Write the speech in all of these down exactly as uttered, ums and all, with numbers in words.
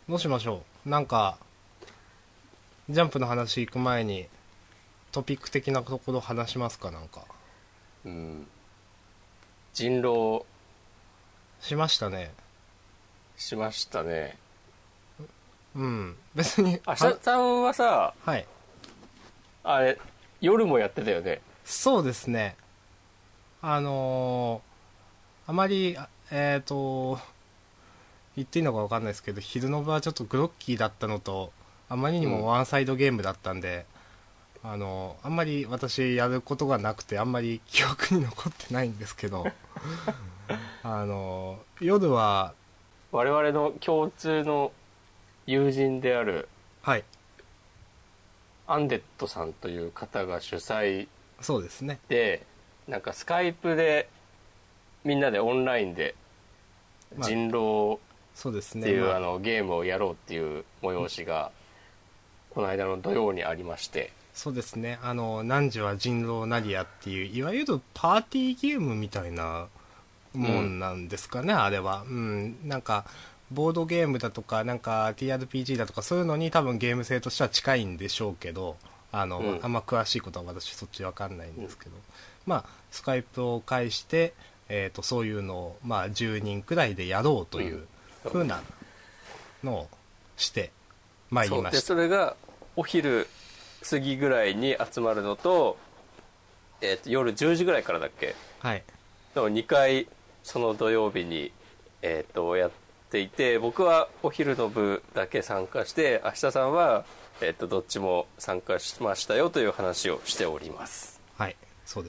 どうしましょう。なんかジャンプの話行く前にトピック的なところ話しますか。なんかうん。人狼しましたね。 しましたね。 うん別に明日さんはさ、 はい、 あれ夜もやってたよね。 そうですね。あのー、あまりえっ、ー、と言っていいのか分かんないですけど、昼の部はちょっとグロッキーだったのと、あまりにもワンサイドゲームだったんで、うん、あのあんまり私やることがなくてあんまり記憶に残ってないんですけどあの夜は我々の共通の友人であるはいアンデッドさんという方が主催そうですね。 で、なんかスカイプでみんなでオンラインで人狼そうですね、 っていう、 まあ、 あのゲームをやろうっていう催しがこの間の土曜にありまして、 そうですね、あの汝は人狼なりやっていういわゆるパーティーゲームみたいなもんなんですかね、うん、あれは、うん、なんかボードゲームだとかなんか ティーアールピージー だとかそういうのに多分ゲーム性としては近いんでしょうけど、あの、うん、あんま詳しいことは私そっちわかんないんですけど、うん、まあスカイプを介して、えーと、そういうのを、まあ、じゅうにんくらいでやろうという風なのをしてまいりました。 そうで、それがお昼過ぎぐらいに集まるのと、えーと夜じゅうじぐらいからだっけ、 はい、 のにかいその土曜日に、えー、とやっていて、僕はお昼の部だけ参加して、明日さんは、えー、とどっちも参加しましたよという話をしております。 はい、そうです。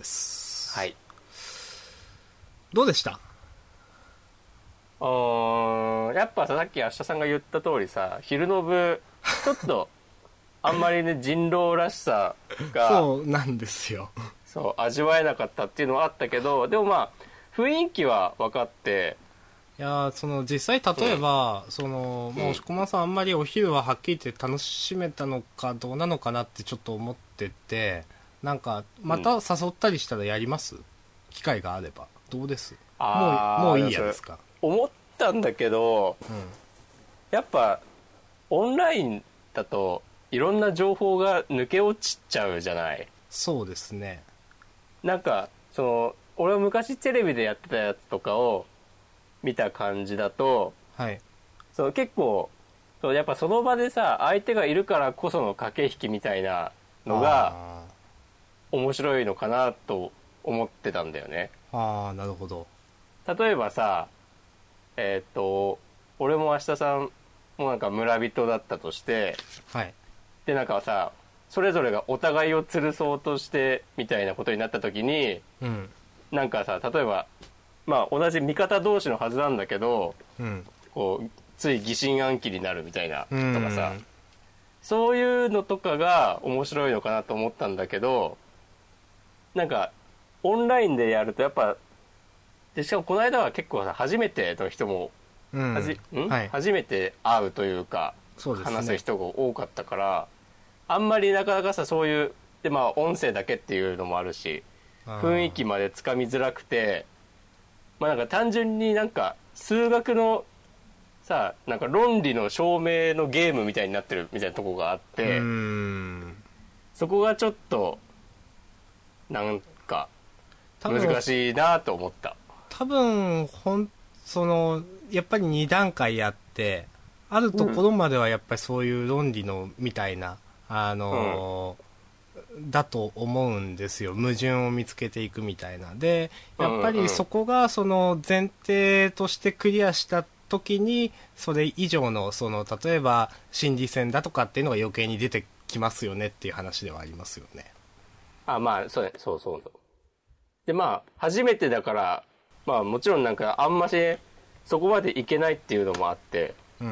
はい。 どうでした？ うーん、やっぱさっき明日さんが言った通りさ、昼の部ちょっとあんまりね人狼らしさがそうなんですよそう味わえなかったっていうのはあったけど、でもまあ雰囲気は分かって、 いやその実際例えば、うん、そのまあ、押駒さんあんまりお昼ははっきり言って楽しめたのかどうなのかなってちょっと思ってて、なんかまた誘ったりしたらやります、うん、機会があれば。どうです？もう、もういいやですか？ 思ったんだけど、うん、やっぱオンラインだといろんな情報が抜け落ちちゃうじゃない。 そうですね。 なんかその俺は昔テレビでやってたやつとかを見た感じだと、 はい、 その結構そうやっぱその場でさ相手がいるからこその駆け引きみたいなのが面白いのかなと思ってたんだよね。 ああ、なるほど。 例えばさ、えっと俺も明日さんもなんか村人だったとして、 はい、 でなんかさそれぞれがお互いを吊るそうとしてみたいなことになった時に、うん、なんかさ例えばまあ同じ味方同士のはずなんだけど、うん、こうつい疑心暗鬼になるみたいなとかさ、うん、そういうのとかが面白いのかなと思ったんだけど、なんかオンラインでやるとやっぱで、しかもこの間は結構さ初めての人も、うんはじんはい、初めて会うというかそうですね、話す人が多かったから、あんまりなかなかさそういうでまあ音声だけっていうのもあるし雰囲気までつかみづらくて、まあなんか単純になんか数学のさなんか論理の証明のゲームみたいになってるみたいなとこがあって、うーんそこがちょっとなんか難しいなと思った。 多分ほんそのやっぱりに段階やってあるところまではやっぱりそういう論理のみたいな、うん、あの、うん、だと思うんですよ。矛盾を見つけていくみたいな。でやっぱりそこがその前提としてクリアした時にそれ以上のその例えば心理戦だとかっていうのが余計に出てきますよねっていう話ではありますよね。 あ、まあそうそうそうでまあ初めてだからまあもちろんなんかあんましそこまでいけないっていうのもあって、うん、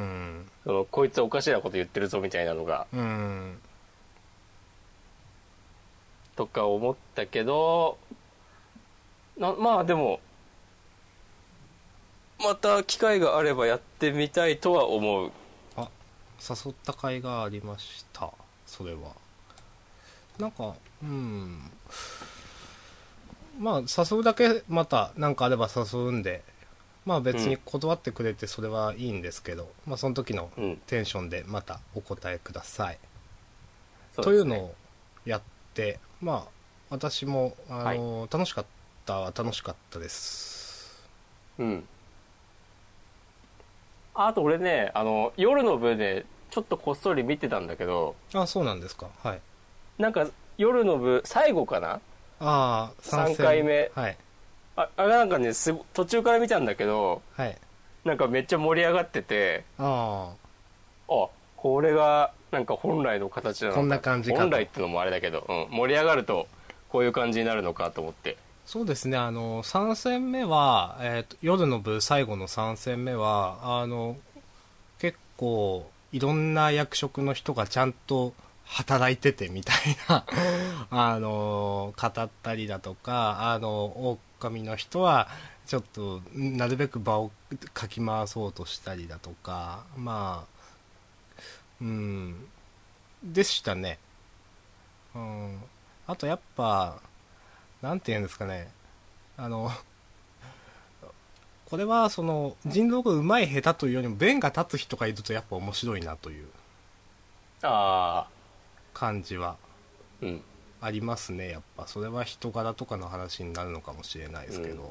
そのこいつおかしなこと言ってるぞみたいなのが、うん、とか思ったけどな、まあでもまた機会があればやってみたいとは思う。 あ、誘った甲斐がありました。それはなんかうんまあ誘うだけまた何かあれば誘うんでまあ別に断ってくれてそれはいいんですけど、うん、まあその時のテンションでまたお答えください、うん、というのをやって、まあ私もあの、はい、楽しかったは楽しかったです。 うん。あと俺ね、あの夜の部でちょっとこっそり見てたんだけど。 あ、そうなんですか。はい。 なんか夜の部最後かな。 ああ、 さんかいめ。 はい。 あ、あれなんかね、す途中から見たんだけど、 はい。 なんかめっちゃ盛り上がってて、 ああ、これがなんか本来の形なのか。 こんな感じかと。 本来ってのもあれだけど、うん、盛り上がるとこういう感じになるのかと思って。 そうですね、あのさん戦目は、えーと、夜の部最後のさん戦目はあの結構いろんな役職の人がちゃんと働いててみたいなあの語ったりだとか、あの狼の人はちょっとなるべく場をかき回そうとしたりだとか、まあうんでしたね。うん、あとやっぱなんていうんですかね、あのこれはその人狼がうまい下手というよりも弁が立つ人がいるとやっぱ面白いなという感じはありますね。やっぱそれは人柄とかの話になるのかもしれないですけど、うん、うん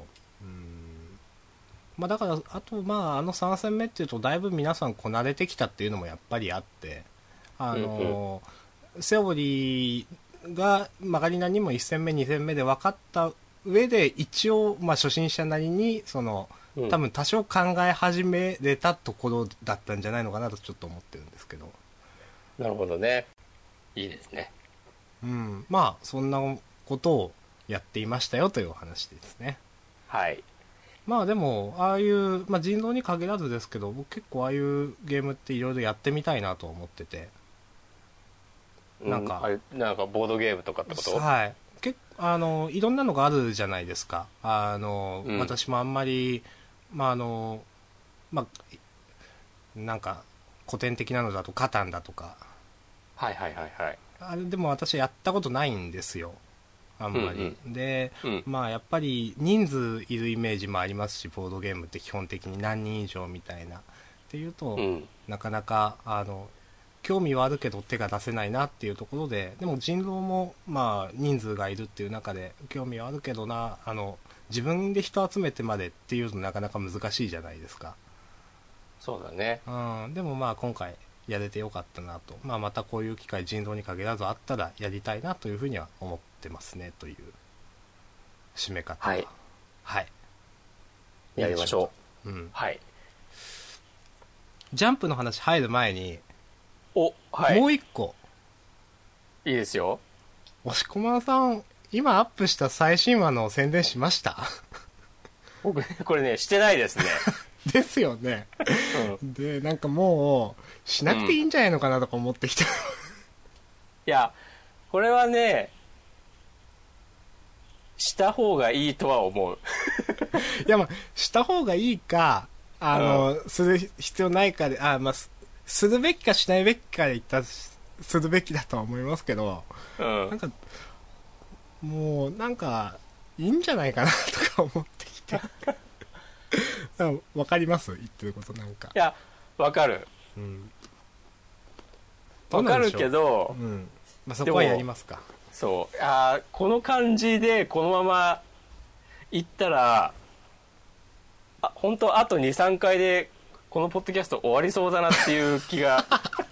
まあだからあとまああのさん戦目っていうとだいぶ皆さんこなれてきたっていうのもやっぱりあって、あの、うんうん、セオリーが曲がりなにもいち戦目に戦目で分かった上で一応まあ初心者なりにその多分多少考え始めれたところだったんじゃないのかなとちょっと思ってるんですけど。 なるほどね。いいですね。 うん、まあそんなことをやっていましたよというお話ですね。 はい。 まあでもああいう、まあ、人狼に限らずですけど僕結構ああいうゲームっていろいろやってみたいなと思ってて、 なんか、うん、あれなんかボードゲームとかってこと？ はい。結あのいろんなのがあるじゃないですか。あの、うん、私もあんまりまああのまあなんか古典的なのだとカタンだとか、 はいはいはいはい、 あれでも私やったことないんですよ、あんまり、うんうん、で、うん、まあやっぱり人数いるイメージもありますし、ボードゲームって基本的に何人以上みたいなっていうと、うん、なかなかあの興味はあるけど手が出せないなっていうところで、でも人狼もまあ人数がいるっていう中で興味はあるけどな、あの自分で人集めてまでっていうとなかなか難しいじゃないですか。 そうだね、 うん、でもまあ今回やれてよかったなと、まあ、またこういう機会人狼に限らずあったらやりたいなというふうには思ってますねという締め方。 はい、 はい、 やりましょう。 うん、 はい。 ジャンプの話入る前にお、はい、 もう一個いいですよ。 押し込まさん今アップした最新話の宣伝しました？ 僕これねしてないですね。 ですよね、うん、でなんかもうしなくていいんじゃないのかなとか思ってきた、うん、いやこれはねした方がいいとは思う。 いやまあした方がいいかあの、うん、する必要ないかで、あ、まあ、するべきかしないべきかで言ったらするべきだとは思いますけど、うん、なんかもうなんかいいんじゃないかなとか思ってきて。わかります言ってること。なんかいやわかる、うん、わかるけど、 うんまあ、そこはやりますか。 そうあこの感じでこのままいったらあ本当あと にさんかいでこのポッドキャスト終わりそうだなっていう気が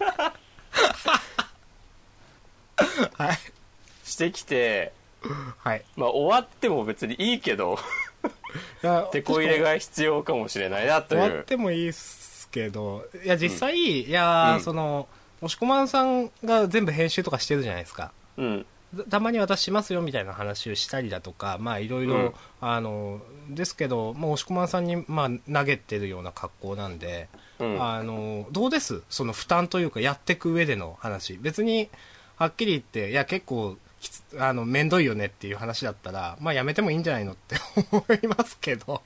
はいしてきて、 はいまあ終わっても別にいいけど手こ入れが必要かもしれないなという。 終わってもいいっすけど、いや実際、うん、いや、うん、その押し込まんさんが全部編集とかしてるじゃないですか、うん、たまに私しますよみたいな話をしたりだとか、まあいろいろあのですけど、もう押し込まんさんにまあ投げてるような格好なんで、うん、あのどうですその負担というかやっていく上での話。別にはっきり言っていや結構あのめんどいよねっていう話だったらまあやめてもいいんじゃないのって思いますけど。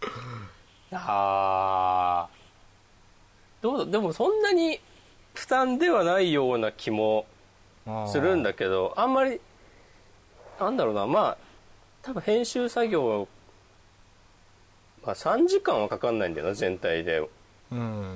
あどうでもそんなに負担ではないような気もするんだけど、 あ, あんまりなんだろうな、まあ多分編集作業まあ、さんじかんはかかんないんだよな全体で、 うん、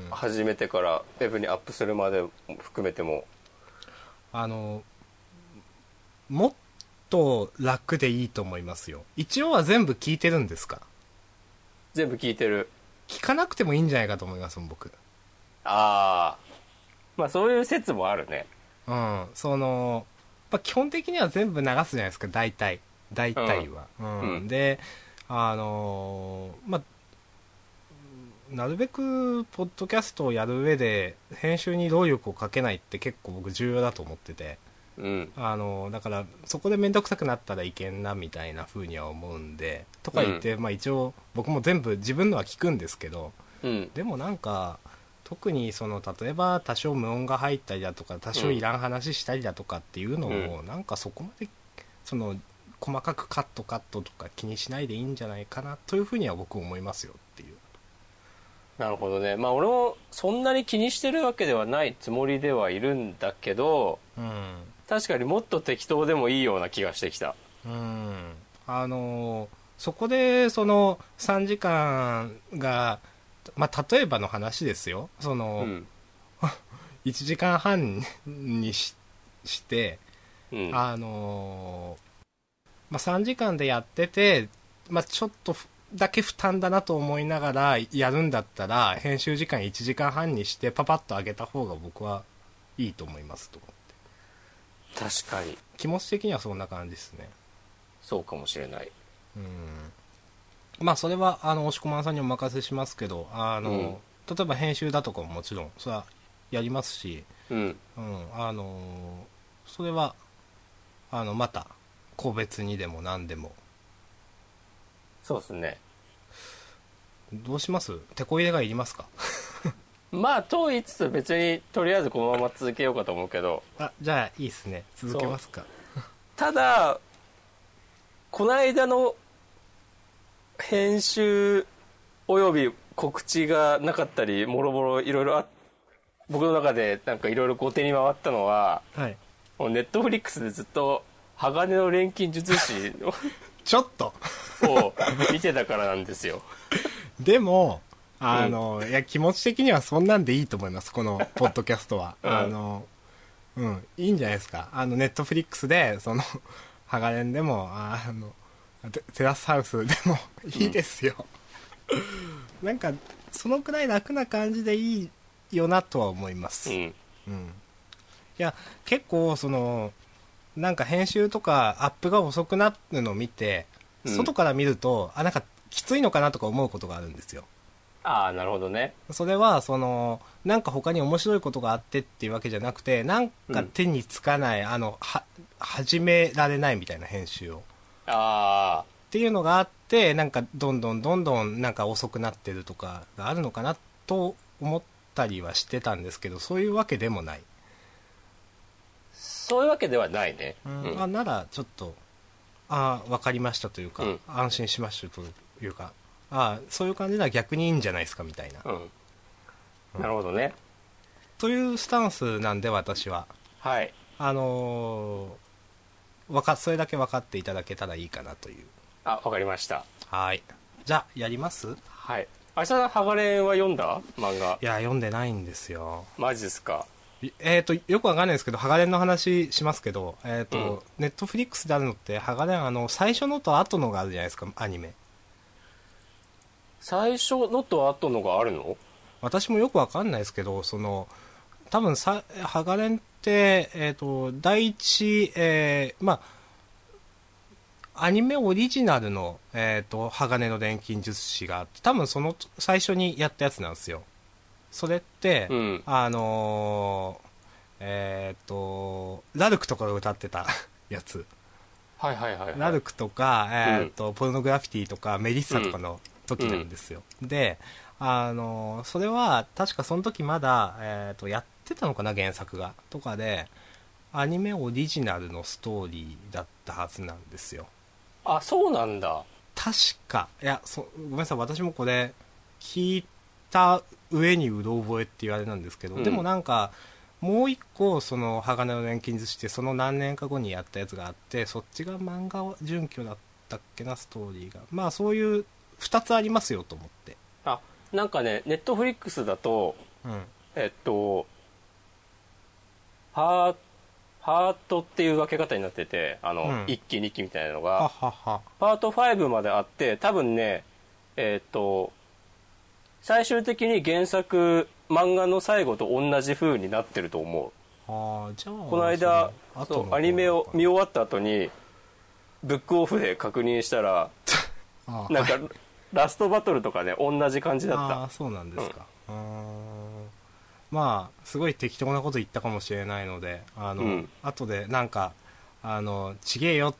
始めてからウェブにアップするまで含めても。 あのもっと楽でいいと思いますよ。一応は全部聞いてるんですか？ 全部聞いてる。 聞かなくてもいいんじゃないかと思います僕。 ああ、まあそういう説もあるね。 うん、その、まあ、基本的には全部流すじゃないですか、大体大体は、うんうん、であのー、まあなるべくポッドキャストをやる上で編集に労力をかけないって結構僕重要だと思ってて、 うん、 あのだからそこで面倒くさくなったらいけんなみたいな風には思うんでとか言って、うん、まあ、一応僕も全部自分のは聞くんですけど、 うん、 でもなんか特にその例えば多少無音が入ったりだとか多少いらん話したりだとかっていうのを、うん、なんかそこまでその細かくカットカットとか気にしないでいいんじゃないかなというふうには僕思いますよっていう。 なるほどね。まあ俺もそんなに気にしてるわけではないつもりではいるんだけど、 うん、 確かにもっと適当でもいいような気がしてきた。 うん、あのそこでそのさんじかんが、まあ、例えばの話ですよ、その、うん、いちじかんはんに し, して、うん、あのまあ、さんじかんでやってて、まあ、ちょっとだけ負担だなと思いながらやるんだったら編集時間いちじかんはんにしてパパッと上げた方が僕はいいと思いますと思って。 確かに気持ち的にはそんな感じですね。 そうかもしれない。 うん、まあそれはあの押し込まんさんにお任せしますけど、あの、うん、例えば編集だとかももちろんそれはやりますし、 うん、 うん、あのそれはあのまた個別にでも何でも。 そうですね。 どうします？手こ入れがいりますか？ まあと言いつつ別にとりあえずこのまま続けようかと思うけど。 あ、じゃあいいですね、続けますか。 ただこの間の編集および告知がなかったりもろもろいろいろあ僕の中でなんかいろいろ後手に回ったのは、 はい、 もうネットフリックスでずっと鋼の錬金術師をちょっとを見てたからなんですよ。 でもあの、うん、いや気持ち的にはそんなんでいいと思います、このポッドキャストは。うん、あのうんいいんじゃないですか。あのネットフリックスでその鋼でもあのテラスハウスでもいいですよ、うん、なんかそのくらい楽な感じでいいよなとは思います、うんうん、いや結構そのなんか編集とかアップが遅くなるのを見て、うん、外から見るとあなんかきついのかなとか思うことがあるんですよ。 ああなるほどね。 それはそのなんか他に面白いことがあってっていうわけじゃなくて、なんか手につかない、うん、あのは始められないみたいな編集をあっていうのがあって、なんかどんどんどんどんなんか遅くなってるとかがあるのかなと思ったりはしてたんですけど、そういうわけでもない。 そういうわけではないね、 うんうん、あならちょっとあ分かりましたというか、うん、安心しましたというか、あそういう感じでは逆にいいんじゃないですかみたいな、 うんうん、なるほどねというスタンスなんで私は、 はい、あのー、わかそれだけ分かっていただけたらいいかなという。 あ分かりました。 はい、じゃあやります。 はい。明日ハガレンは読んだ漫画？ いや読んでないんですよ。 マジですか？ えーとよくわかんないですけどハガレンの話しますけど、えーと、うん、ネットフリックスであるのってハガレンあの最初のと後のがあるじゃないですか、アニメ。 最初のと後のがあるの？ 私もよくわかんないですけど、その多分さハガレンって、えーと第一、えー、まあアニメオリジナルの、えーと鋼の錬金術師があって、多分その最初にやったやつなんですよ。それって、うん、あのー、えっ、ー、とラルクとかが歌ってたやつ、 はいはいはいはい、 ラルクとか、えーとうん、ポルノグラフィティとかメリッサとかの時なんですよ、うん、で、あのー、それは確かその時まだ、えーとやってたのかな原作がとかでアニメオリジナルのストーリーだったはずなんですよ。 あ、そうなんだ。 確かいやそごめんなさい、私もこれ聞いた上にうろ覚えって言われなんですけど、うん、でもなんかもう一個その鋼の錬金術師ってその何年か後にやったやつがあって、そっちが漫画準拠だったっけなストーリーが、まあそういうふたつありますよと思って。 あ、なんかねネットフリックスだと、うん、えっとハーハートっていう分け方になってて、あの、うん、いっきにきみたいなのがはははパートファイブまであって、多分ねえっと最終的に原作漫画の最後と同じ風になってると思う。 あ、じゃあこの間そうアニメを見終わった後にブックオフで確認したらなんかラストバトルとかね同じ感じだった。 あ、そうなんですか、うん、まあすごい適当なこと言ったかもしれないので、あの、うん、後でなんかあのちげえよって、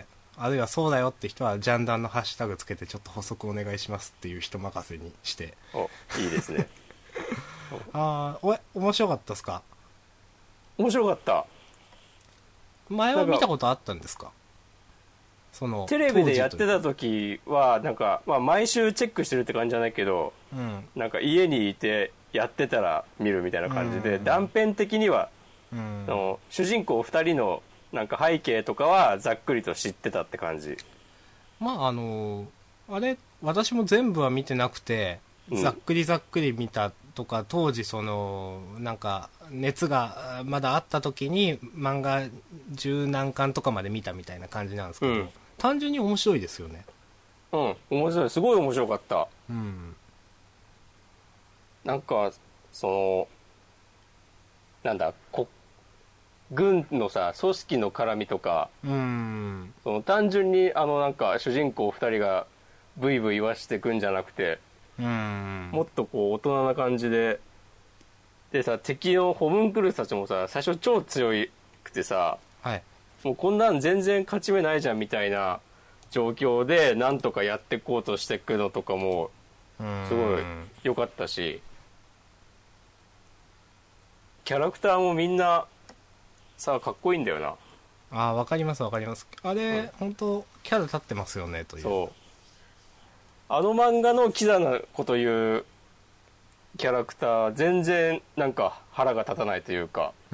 あるいはそうだよって人はジャンダンのハッシュタグつけてちょっと補足お願いしますっていう人任せにして。 お、いいですねああ、お面白かったですか？ 面白かった。 前は見たことあったんですか？そのテレビでやってた時はなんか、まあ、毎週チェックしてるって感じじゃないけど、うん、なんか家にいてやってたら見るみたいな感じで、うん、断片的には、うん、の主人公ふたりのなんか背景とかはざっくりと知ってたって感じ。 まああのあれ私も全部は見てなくて、ざっくりざっくり見たとか、当時そのなんか熱がまだあった時に漫画十何巻とかまで見たみたいな感じなんですけど、うん、単純に面白いですよね。 うん、面白い、すごい面白かった。うん、なんかそのなんだこ軍のさ組織の絡みとか、うん、その単純にあのなんか主人公ふたりがブイブイ言わしてくんじゃなくて、うん、もっとこう大人な感じで、でさ敵のホムンクルスたちもさ最初超強くてさ、はい、もうこんなん全然勝ち目ないじゃんみたいな状況でなんとかやっていこうとしていくのとかもすごい良かったし、キャラクターもみんなさかっこいいんだよな。 あ、わかりますわかります。あれ、うん、本当キャラ立ってますよねという。 そう、あの漫画のキザなこと言うキャラクター全然なんか腹が立たないというか、うん、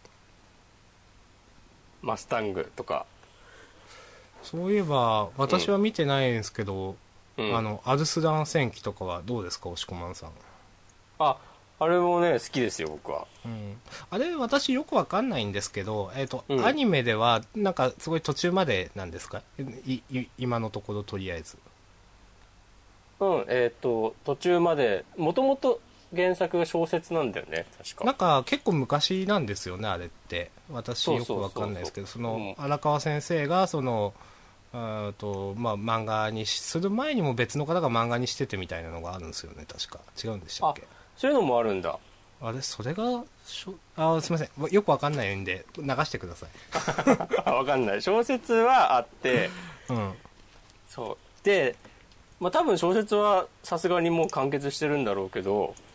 マスタングとか。 そういえば私は見てないんですけど、うん、あのアルスダン戦記とかはどうですか、押しこまんさん。あ、 あれもね好きですよ僕は、 うん、あれ私よくわかんないんですけど、えーとうん、アニメではなんかすごい途中までなんですか、いい今のところとりあえず。 うんえっ、ー、と途中まで、もともと原作が小説なんだよね確か。 なんか結構昔なんですよねあれって。私よくわかんないですけど、その荒川先生がそのあと、まあ、漫画にする前にも別の方が漫画にしててみたいなのがあるんですよね確か。違うんでしたっけ？ あ、そういうのもあるんだ。 あれそれがしょあすいませんよくわかんないんで流してくださいわかんない。小説はあって、うん、そうで、まあ、多分小説はさすがにもう完結してるんだろうけど、うん、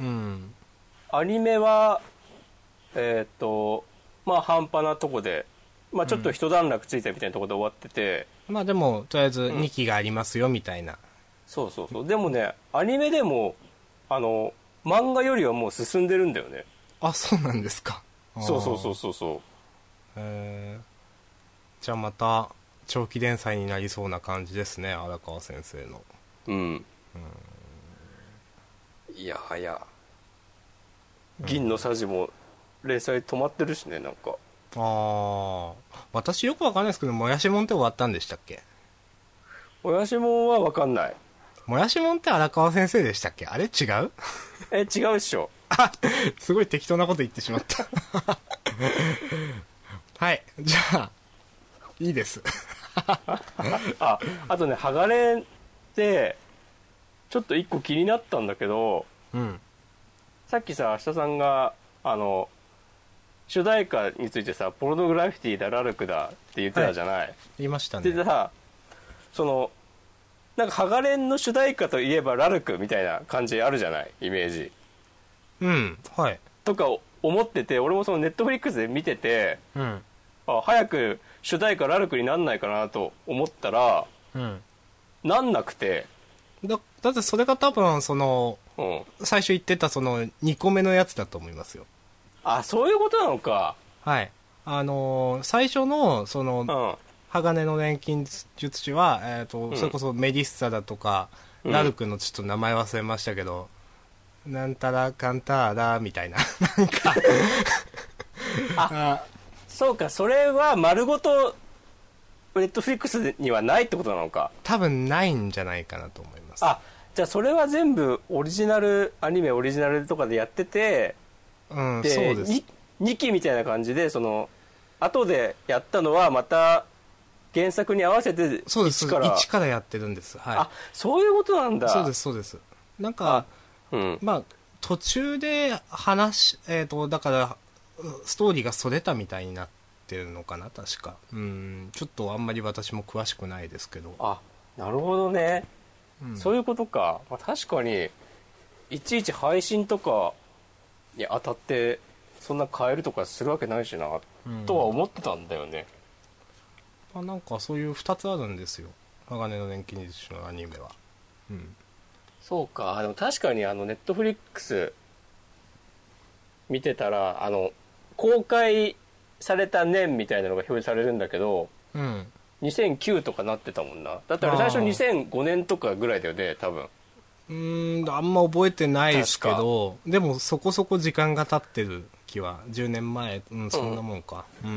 アニメはえー、っとまあ半端なとこで、まあ、ちょっと一段落ついたみたいなところで終わってて、 うん、まあでもとりあえずにきがありますよみたいな、うん、 そうそうそう。でもねアニメでもあの漫画よりはもう進んでるんだよね。 あ、そうなんですか。 そうそうそうそうそう。 へー、じゃあまた長期連載になりそうな感じですね荒川先生の。うん、うん、 いやはや銀のさじも連載止まってるしねなんか。 ああ、私よくわかんないですけど、もやしもんって終わったんでしたっけ？ もやしもんはわかんない。 もやしもんって荒川先生でしたっけ？あれ違う？ え、違うっしょ。 あ、すごい適当なこと言ってしまったはい、じゃあいいですあ、あとねハガレンってちょっと一個気になったんだけど、うん、さっきさ明日さんがあの主題歌についてさポルノグラフィティだラルクだって言ってたじゃない、はい、 言いましたね。 でさそのなんかハガレンの主題歌といえばラルクみたいな感じあるじゃないイメージ。 うん、はい。 とか思ってて、俺もそのネットフリックスで見てて、うん、あ早く主題歌ラルクになんないかなと思ったら、うん、なんなくて。 だ, だってそれが多分その、うん、最初言ってたそのにこめのやつだと思いますよ。 あ、そういうことなのか。 はい。あのー、最初のその、 鋼の錬金術師は、えーとうん、 それこそメディッサだとか、うん、ラルクのちょっと名前忘れましたけど、なんたらかんたらみたいななんかあそうか、それは丸ごとネットフリックスにはないってことなのか。 多分ないんじゃないかなと思います。 あ、じゃあそれは全部オリジナルアニメオリジナルとかでやってて、 うん、 でそうです。 にきみたいな感じで、その後でやったのはまた原作に合わせてそうです、 から一からやってるんです、はい、 あ、そういうことなんだ。 そうですそうです。なんか、 うん、 まあ途中で話、えーとだからストーリーがそれたみたいになってるのかな確か。うん、ちょっとあんまり私も詳しくないですけど。 あ、なるほどね、うん、そういうことか、まあ、確かにいちいち配信とかに当たってそんな変えるとかするわけないしな、うん、とは思ってたんだよね。 まあ、なんかそういうふたつあるんですよ、鋼の錬金術師のアニメは。うん、 そうか。でも確かにあのネットフリックス見てたら、あの公開された年みたいなのが表示されるんだけど、 うん、 にせんきゅうとかなってたもんな。だってあれ最初にせんごねんとかぐらいだよね多分。 うーん、あんま覚えてないですけど、でもそこそこ時間が経ってる気は、じゅうねんまえ、うん、そんなもんか、うん、うん、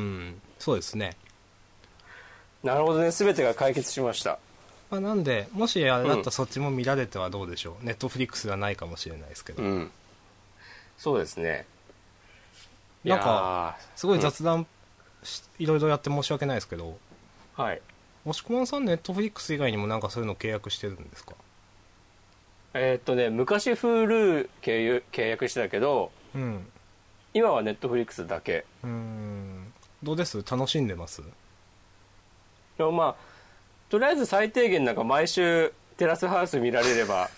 そうですね。 なるほどね、全てが解決しました。 まあ、なんでもしあれだったらそっちも見られてはどうでしょう。ネットフリックスはないかもしれないですけど、 うん、そうですね。 なんかすごい雑談、うん、いろいろやって申し訳ないですけど、 はい、 押し込まんさんネットフリックス以外にもなんかそういうの契約してるんですか？ えー、っとね昔 Hulu 契約してたけど、うん、今はネットフリックスだけ。 うーん、どうです？楽しんでます？ でもまあとりあえず最低限なんか毎週テラスハウス見られれば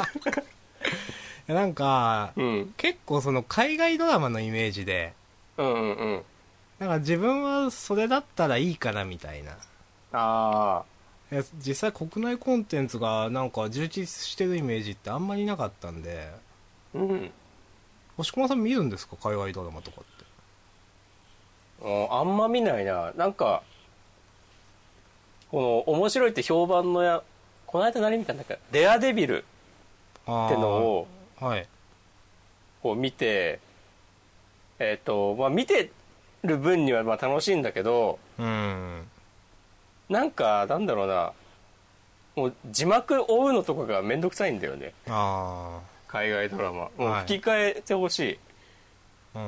なんか、うん、結構その海外ドラマのイメージで、 うんうんうん、 なんか自分はそれだったらいいかなみたいな。ああ、実際国内コンテンツがなんか充実してるイメージってあんまりなかったんで、うん、押し込まさん見るんですか海外ドラマとかって？ うん、あんま見ないな。なんかこの面白いって評判のや、この間何見たんだっけ、デアデビルってのを、はい、こう見て、えっとまあ見てる分にはまあ楽しいんだけど、うん、なんかなんだろうな、もう字幕追うのとかがめんどくさいんだよね。あ、海外ドラマもう吹き替えてほしい、 はい、うん、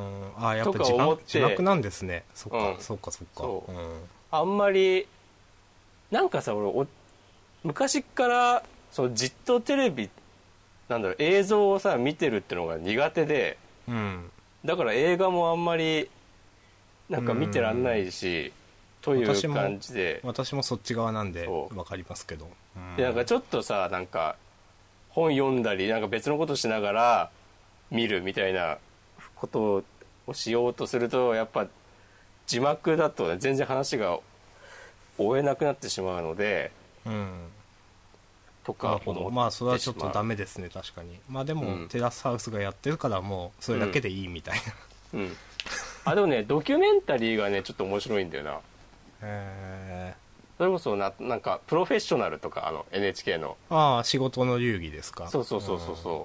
あ、やっぱ字幕、字幕なんですね。そっか、うん、そっかそっか。そう、 うん、あんまりなんかさ、俺お昔からそのじっとテレビなんだろう映像をさ見てるってのが苦手で、うん、だから映画もあんまりなんか見てらんないし、うん、という感じで。 私も、私もそっち側なんで分かりますけど、 うん、でなんかちょっとさ、なんか本読んだりなんか別のことしながら見るみたいなことをしようとすると、やっぱ字幕だと、ね、全然話が追えなくなってしまうので、うん、とか思って、 まあそれはちょっとダメですね。確かに。まあでも、うん、テラスハウスがやってるからもうそれだけでいいみたいな、うんうん、 あでもねドキュメンタリーがねちょっと面白いんだよな。へー、それこそ な, なんかプロフェッショナルとか、あの エヌエイチケー の、 ああ、仕事の流儀ですか。 そうそうそうそうそう、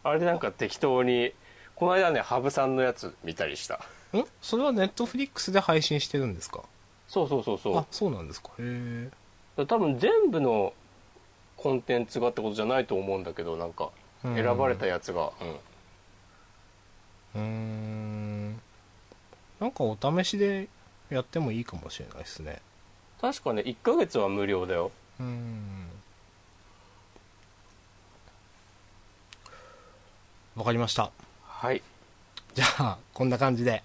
あれでなんか適当にこの間ね羽生さんのやつ見たりした。 んそれはネットフリックスで配信してるんですか？ そうそうそうそう。 あ、そうなんですか。へえ。 多分全部のコンテンツがってことじゃないと思うんだけど、なんか選ばれたやつが、うん、うーん、なんかお試しでやってもいいかもしれないですね。 確かねいっかげつは無料だよ。うーん、 わかりました。 はい、 じゃあこんな感じで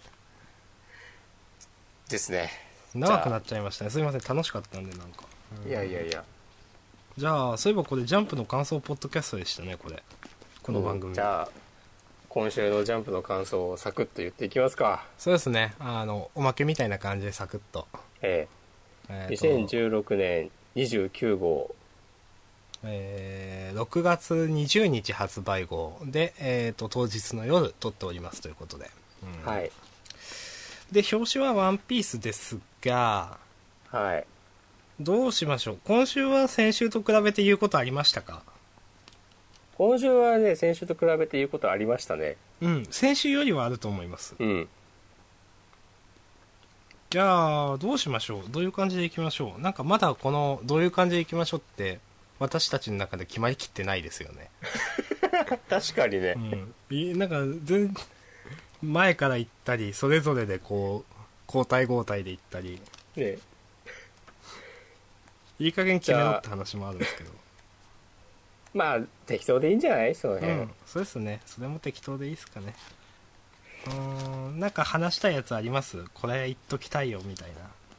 ですね。 長くなっちゃいましたね。すいません、楽しかったんで。なんか、 いやいやいや。 じゃあそういえばこれジャンプの感想ポッドキャストでしたね、これ、この番組、うん、 じゃあ今週のジャンプの感想をサクッと言っていきますか。 そうですね、あのおまけみたいな感じでサクッと、えええー、にせんじゅうろくねんにじゅうきゅうごう、 えー、ろくがつにじゅうにち発売号で、えー、と当日の夜撮っておりますということで、うん、はい。で表紙はワンピースですが、はい、 どうしましょう。今週は先週と比べて言うことありましたか？ 今週はね、先週と比べて言うことありましたね。 うん、先週よりはあると思います。 うん。 じゃあどうしましょう。どういう感じでいきましょう。なんかまだこのどういう感じでいきましょうって私たちの中で決まりきってないですよね。 確かにね、 うん、いなんか全前から行ったりそれぞれでこう交代交代で行ったりね、 いい加減決めろって話もあるんですけど、 まあ適当でいいんじゃない？その辺、 うん、そうですね。それも適当でいいですかね。うーん、なんか話したいやつあります？これ言っときたいよみたいな。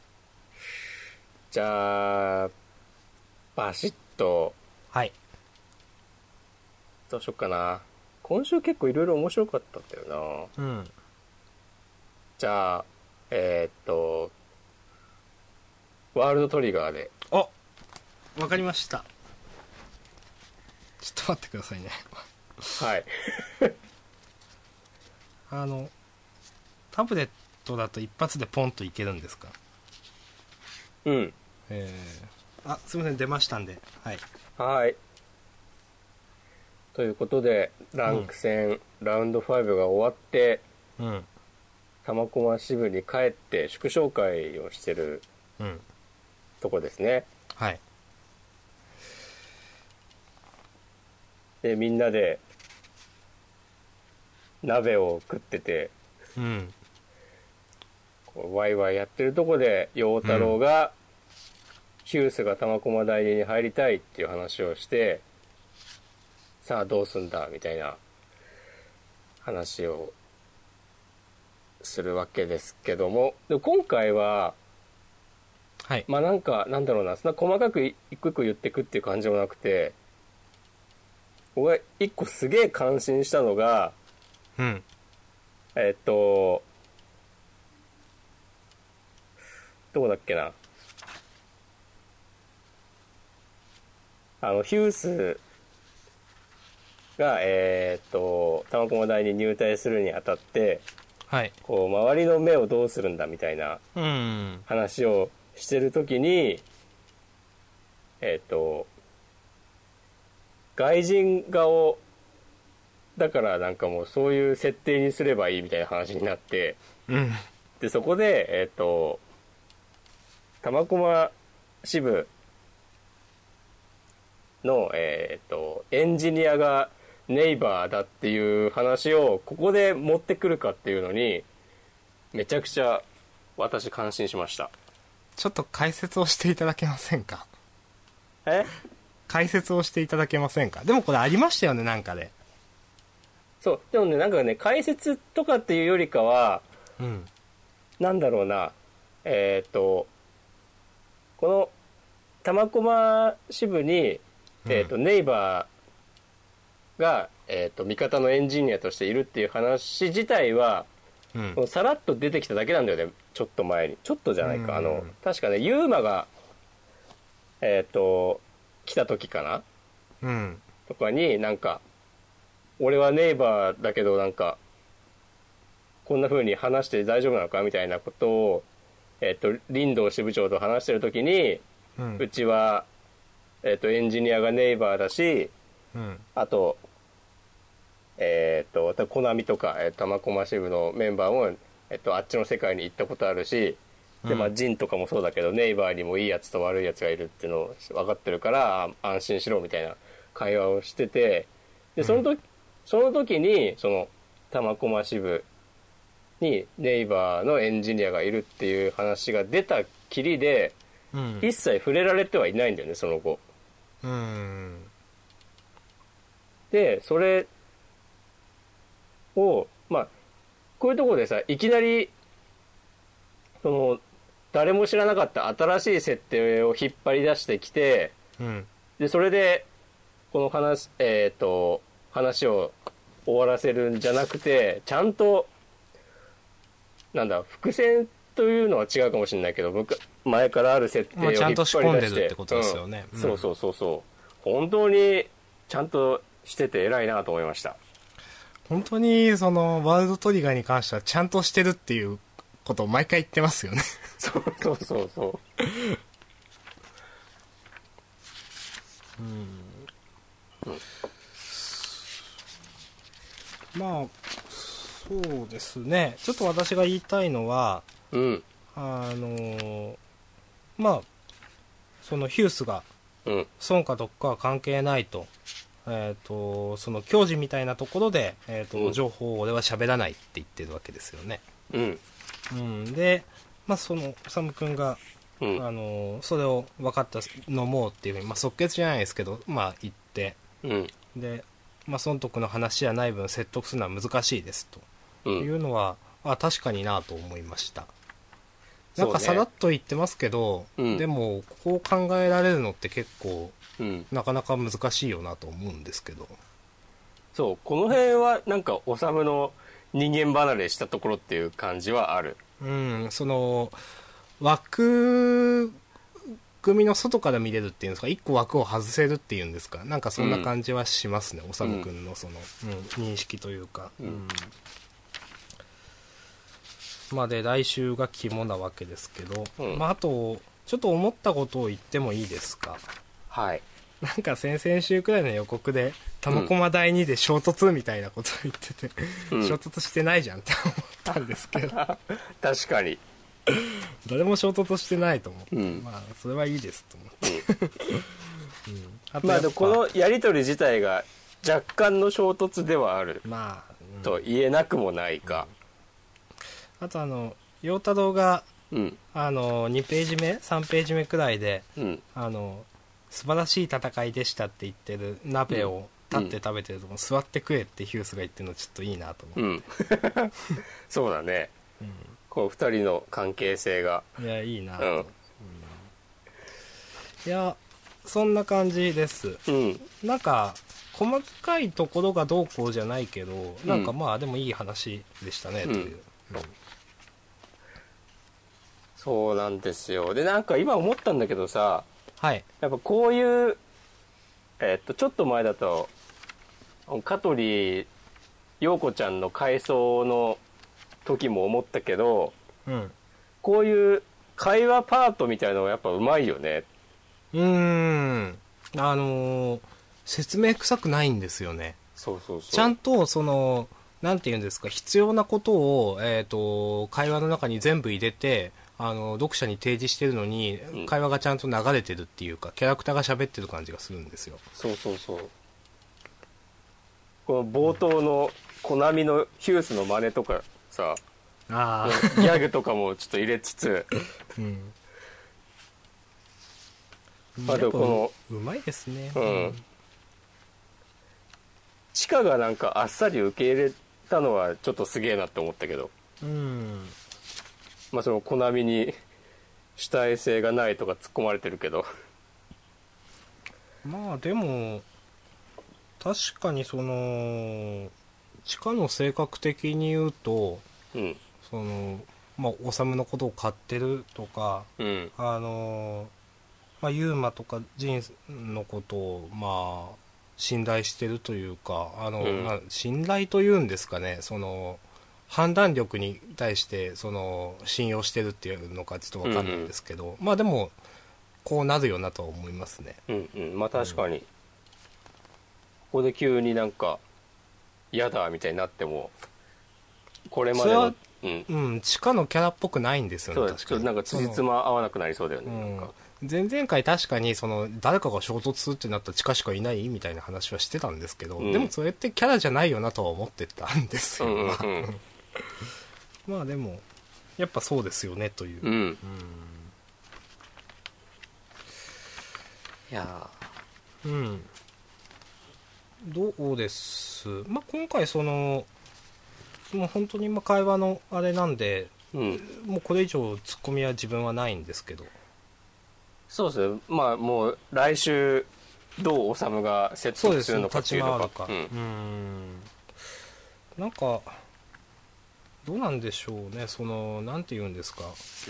じゃあバシッと、 はい、 どうしよっかな。今週結構いろいろ面白かったんだよな。うん。 じゃあえー、っとワールドトリガーで。 お、わかりました。ちょっと待ってくださいね。 はいあのタブレットだと一発でポンといけるんですか？ うん。 えー、あ、すみません、出ましたんで。はい。 はい。ということでランク戦、うん、ラウンドファイブが終わって、 うん、 玉駒支部に帰って祝勝会をしてる、うん、とこですね。 はい。 でみんなで鍋を食ってて、うん、こうワイワイやってるとこで陽太郎が、うん、ヒュースが玉駒代理に入りたいっていう話をして、さあどうすんだみたいな話をするわけですけども、で今回は、はい、まあなんかなんだろうな、そんな細かく一個一個言ってくっていう感じもなくて、僕が一個すげえ感心したのが、うん、えっとどこだっけな、あのヒュースがえー、っと玉駒大に入隊するにあたって、はい、こう周りの目をどうするんだみたいな話をしてるときに、うん、えー、っと外人顔だからなんかもうそういう設定にすればいいみたいな話になって、うん、でそこでえっと玉駒支部のえっとエンジニアがネイバーだっていう話をここで持ってくるかっていうのにめちゃくちゃ私感心しました。 ちょっと解説をしていただけませんか？ え？ 解説をしていただけませんか？でもこれありましたよね、なんかで。 そうでもね、なんかね、解説とかっていうよりかは、うん、なんだろうな、えっとこの玉駒支部に、えーとうん、ネイバーが、えーと味方のエンジニアとしているっていう話自体は、うん、さらっと出てきただけなんだよね。ちょっと前に、ちょっとじゃないか、うん、あの確かねユーマがえっ、ー、と来た時かな、うん、とかになんか俺はネイバーだけどなんかこんな風に話して大丈夫なのかみたいなことを、えっと林道支部長と話してる時に、うん、うちは、えっとエンジニアがネイバーだし、うん、あとえっとコナミとか玉駒支部のメンバーも、えっとあっちの世界に行ったことあるし、でまあジンとかもそうだけど、ネイバーにもいいやつと悪いやつがいるっていうのを分かってるから安心しろみたいな会話をしてて、でその時、うん、その時にその玉駒支部にネイバーのエンジニアがいるっていう話が出たきりで、うん、一切触れられてはいないんだよね、その後。うん、でそれをまあこういうところでさ、いきなりその誰も知らなかった新しい設定を引っ張り出してきて、うん、でそれでこの話、えーと、話を終わらせるんじゃなくて、ちゃんとなんだ伏線というのは違うかもしれないけど、前からある設定を引っ張り出して、まあ、ちゃんと仕込んでるってことですよね、うん、そうそうそうそう、本当にちゃんとしてて偉いなと思いました。 本当にそのワールドトリガーに関してはちゃんとしてるっていうことを毎回言ってますよね。 そうそうそうそうまあそうですね、ちょっと私が言いたいのは、 うん、 あのまあそのヒュースが損か得かは関係ないと、えー、とその教授みたいなところで、えーとうん、情報を俺は喋らないって言ってるわけですよね。 うんうん、で、まあ、その修君が、うん、あのそれを分かったのもっていうふうに、まあ、即決じゃないですけど、まあ、言って、うん、で、まあ、損得の話じゃない分説得するのは難しいですというのは、うん、あ確かになと思いました。なんかさらっと言ってますけど、ね、でもこう考えられるのって結構、うん、なかなか難しいよなと思うんですけど。 そう、この辺はなんか修の人間離れしたところっていう感じはある。 うん、その枠組みの外から見れるっていうんですか、一個枠を外せるっていうんですか、なんかそんな感じはしますね、修君のその、うんうん、認識というか、うん、まあで来週が肝なわけですけど、うん、まああとちょっと思ったことを言ってもいいですか。 はい。 なんか先々週くらいの予告で玉駒だいにで衝突みたいなことを言ってて、うん、衝突してないじゃんって思ったんですけど確かに誰も衝突してないと思って、うん、まあそれはいいですと思って、 うんうん、あとまあでもこのやり取り自体が若干の衝突ではある、まあうん、と言えなくもないか、 うん、あとあの陽太郎が、うん、あのにページ目さんページ目くらいで、うん、あの素晴らしい戦いでしたって言ってる鍋を立って食べてるとこ、うん、座って食えってヒュースが言ってるのちょっといいなと思って、 うん、そうだね、うん、こうふたりの関係性がいやいいなと、うんうん、いやそんな感じです、うん、なんか細かいところがどうこうじゃないけど、うん、なんかまあでもいい話でしたね、うん、という、うん、 そうなんですよ。でなんか今思ったんだけどさ、 はい、 やっぱこういう、えー、っとちょっと前だと香取陽子ちゃんの回想の時も思ったけど、うん、こういう会話パートみたいなのがやっぱうまいよね。 うーんあのー、説明臭くないんですよね。 そうそうそう、 ちゃんとそのなんていうんですか、必要なことを、えー、と会話の中に全部入れてあの読者に提示してるのに、うん、会話がちゃんと流れてるっていうかキャラクターが喋ってる感じがするんですよ。 そうそうそう、この冒頭のコナミのヒュースの真似とかさ、あギャグとかもちょっと入れつつ、うん、 まあでもこのうまいですね、うん、 チカがなんかあっさり受け入れたのはちょっとすげえなって思ったけど、うん、まあそのコナミに主体性がないとか突っ込まれてるけどまあでも確かにそのチカの性格的に言うと、うん、そのまあ修のことを買ってるとか、うん、あのまあユーマとかジンのことをまあ信頼してるというか、あの、うん、まあ、信頼というんですかね、その判断力に対してその信用してるっていうのかちょっと分かんないんですけど、うんうん、まあでもこうなるよなとは思いますね。 うんうん、まあ確かに、うん、ここで急になんか嫌だみたいになってもこれまでのうん、うん、地下のキャラっぽくないんですよね。 そう確かになんか辻褄合わなくなりそうだよね、うん、なんか前々回確かにその誰かが衝突するってなったら地下しかいないみたいな話はしてたんですけど、うん、でもそれってキャラじゃないよなとは思ってたんですよ、うんうんうん、まあでもやっぱそうですよねという、うんうん、いやうんどうです、まあ、今回そのもう本当にまあ会話のあれなんで、うん、もうこれ以上ツッコミは自分はないんですけど、 そうですね、まあもう来週どう修が説得するのかっていうのか、 うん、うんなんかどうなんでしょうね、そのなんて言うんですか、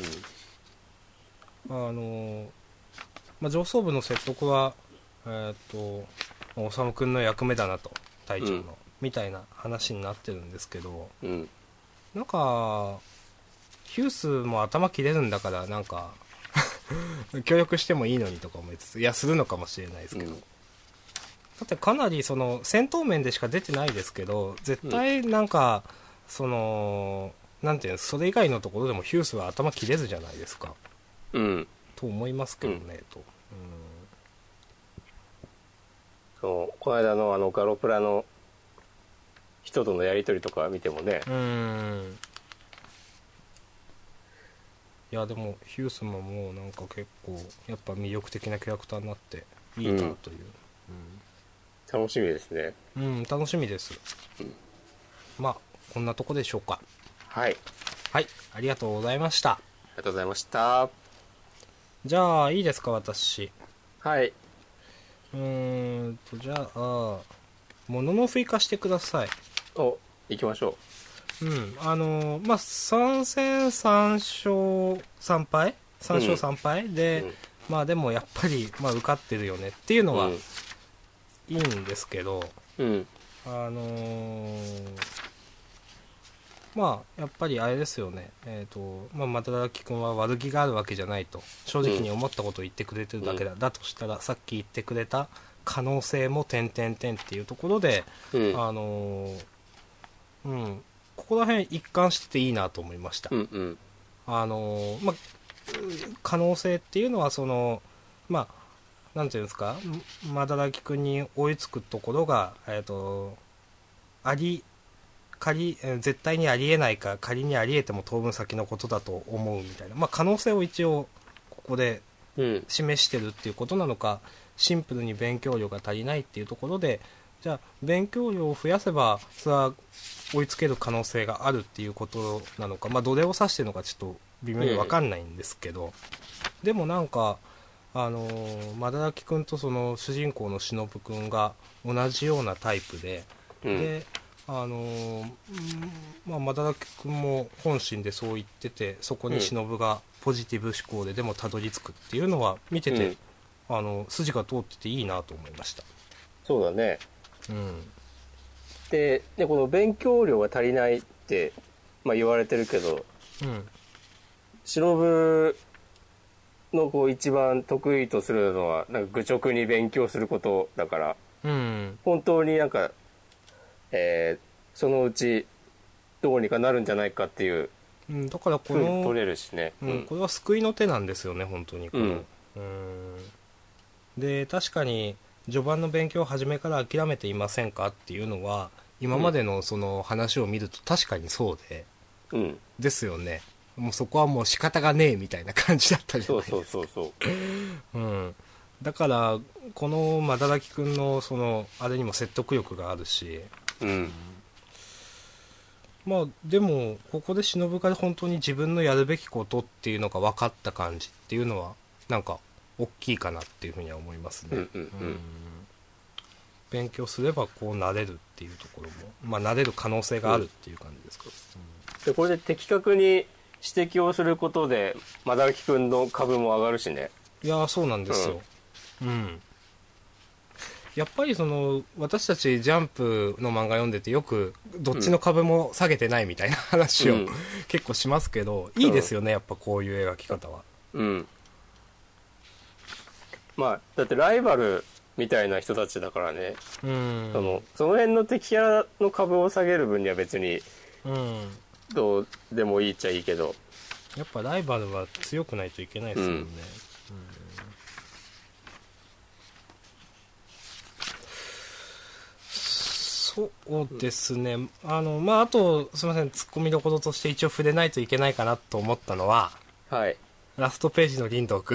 うん、あの、まあ、上層部の説得はえっ、ー、と修君の役目だなと隊長の、うん、みたいな話になってるんですけど、うん、なんかヒュースも頭切れるんだからなんか協力してもいいのにとか思いつつ、いやするのかもしれないですけど、 だってかなりその戦闘面でしか出てないですけど、絶対なんか、うん、そのなんていうの、それ以外のところでもヒュースは頭切れずじゃないですか、 うん、 と思いますけどね、うん、と、うん、 そうこの間のあのガロプラの人とのやり取りとか見てもね、 うん、いやでもヒュースももうなんか結構やっぱ魅力的なキャラクターになっていいなという、うんうん、 楽しみですね。 うん楽しみです、うん、まあこんなとこでしょうか。 はいはい、ありがとうございました。 ありがとうございました。 じゃあいいですか、私。 はい。 うーんとじゃあもののふ行かしてください。 お、行きましょう。うんあのー、まあさん戦さん勝さん敗さん勝さん敗、うん、で、うん、まあでもやっぱり、まあ、受かってるよねっていうのは、うん、いいんですけど、 うん、 あのーまあやっぱりあれですよね、えーとまあ、又木君は悪気があるわけじゃないと正直に思ったことを言ってくれてるだけだ、うん、だとしたらさっき言ってくれた可能性も点々点っていうところで、うん、あのーうん、ここら辺一貫してていいなと思いました、 うんうん、 あのーまあ、可能性っていうのはそのまあなんていうんですか、又木君に追いつくところが、えーとあり仮絶対にありえないか仮にありえても当分先のことだと思うみたいな、まあ、可能性を一応ここで示してるっていうことなのか、うん、シンプルに勉強量が足りないっていうところでじゃあ勉強量を増やせばそれは追いつける可能性があるっていうことなのか、まあ、どれを指してるのかちょっと微妙に分かんないんですけど、うん、でもなんかあの又木君とその主人公の忍君が同じようなタイプで、うん、であのーまあ、又木君も本心でそう言っててそこに忍がポジティブ思考ででもたどり着くっていうのは見てて、うん、あの筋が通ってていいなと思いました。 そうだね、 うん、 で, でこの勉強量が足りないって、まあ、言われてるけど、うん、忍のこう一番得意とするのはなんか愚直に勉強することだから、 うん、 本当になんかえー、そのうちどうにかなるんじゃないかっていう、 うん、だからこの取れるしね、 うん、これは救いの手なんですよね本当にこの、うん、うんで確かに序盤の勉強を初めから諦めていませんかっていうのは今までのその話を見ると確かにそうで、 うん、 ですよね。もうそこはもう仕方がねえみたいな感じだったじゃないですか。 そうそうそうそう、 うん、だからこの又木君のそのあれにも説得力があるし、 うん、 まあでもここで忍が本当に自分のやるべきことっていうのが分かった感じっていうのはなんか大きいかなっていうふうには思いますね、 うんうんうん、 勉強すればこうなれるっていうところもまあなれる可能性があるっていう感じですか、 うん、でこれで的確に指摘をすることで又木君の株も上がるしね。 いやそうなんですよ、うん、うん、やっぱりその私たちジャンプの漫画読んでてよくどっちの株も下げてないみたいな話を、うん、結構しますけどいいですよね、やっぱこういう描き方は。 うん、まあだってライバルみたいな人たちだからね、 うん、 そのその辺の敵キャラの株を下げる分には別にどうでもいいっちゃいいけど、 やっぱライバルは強くないといけないですよね、うんそうですね、あのまああとすみませんツッコミどころとして一応触れないといけないかなと思ったのは、 はい、 ラストページの林道くん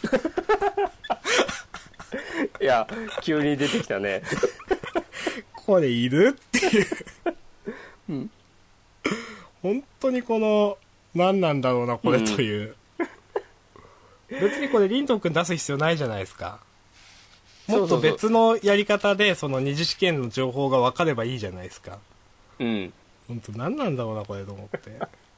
いや急に出てきたねこれいるっていう、うん、本当にこの何なんだろうなこれという、うん、別にこれ林道くん出す必要ないじゃないですか。もっと別のやり方でその二次試験の情報が分かればいいじゃないですか。 うん。 本当何なんだろうなこれと思って。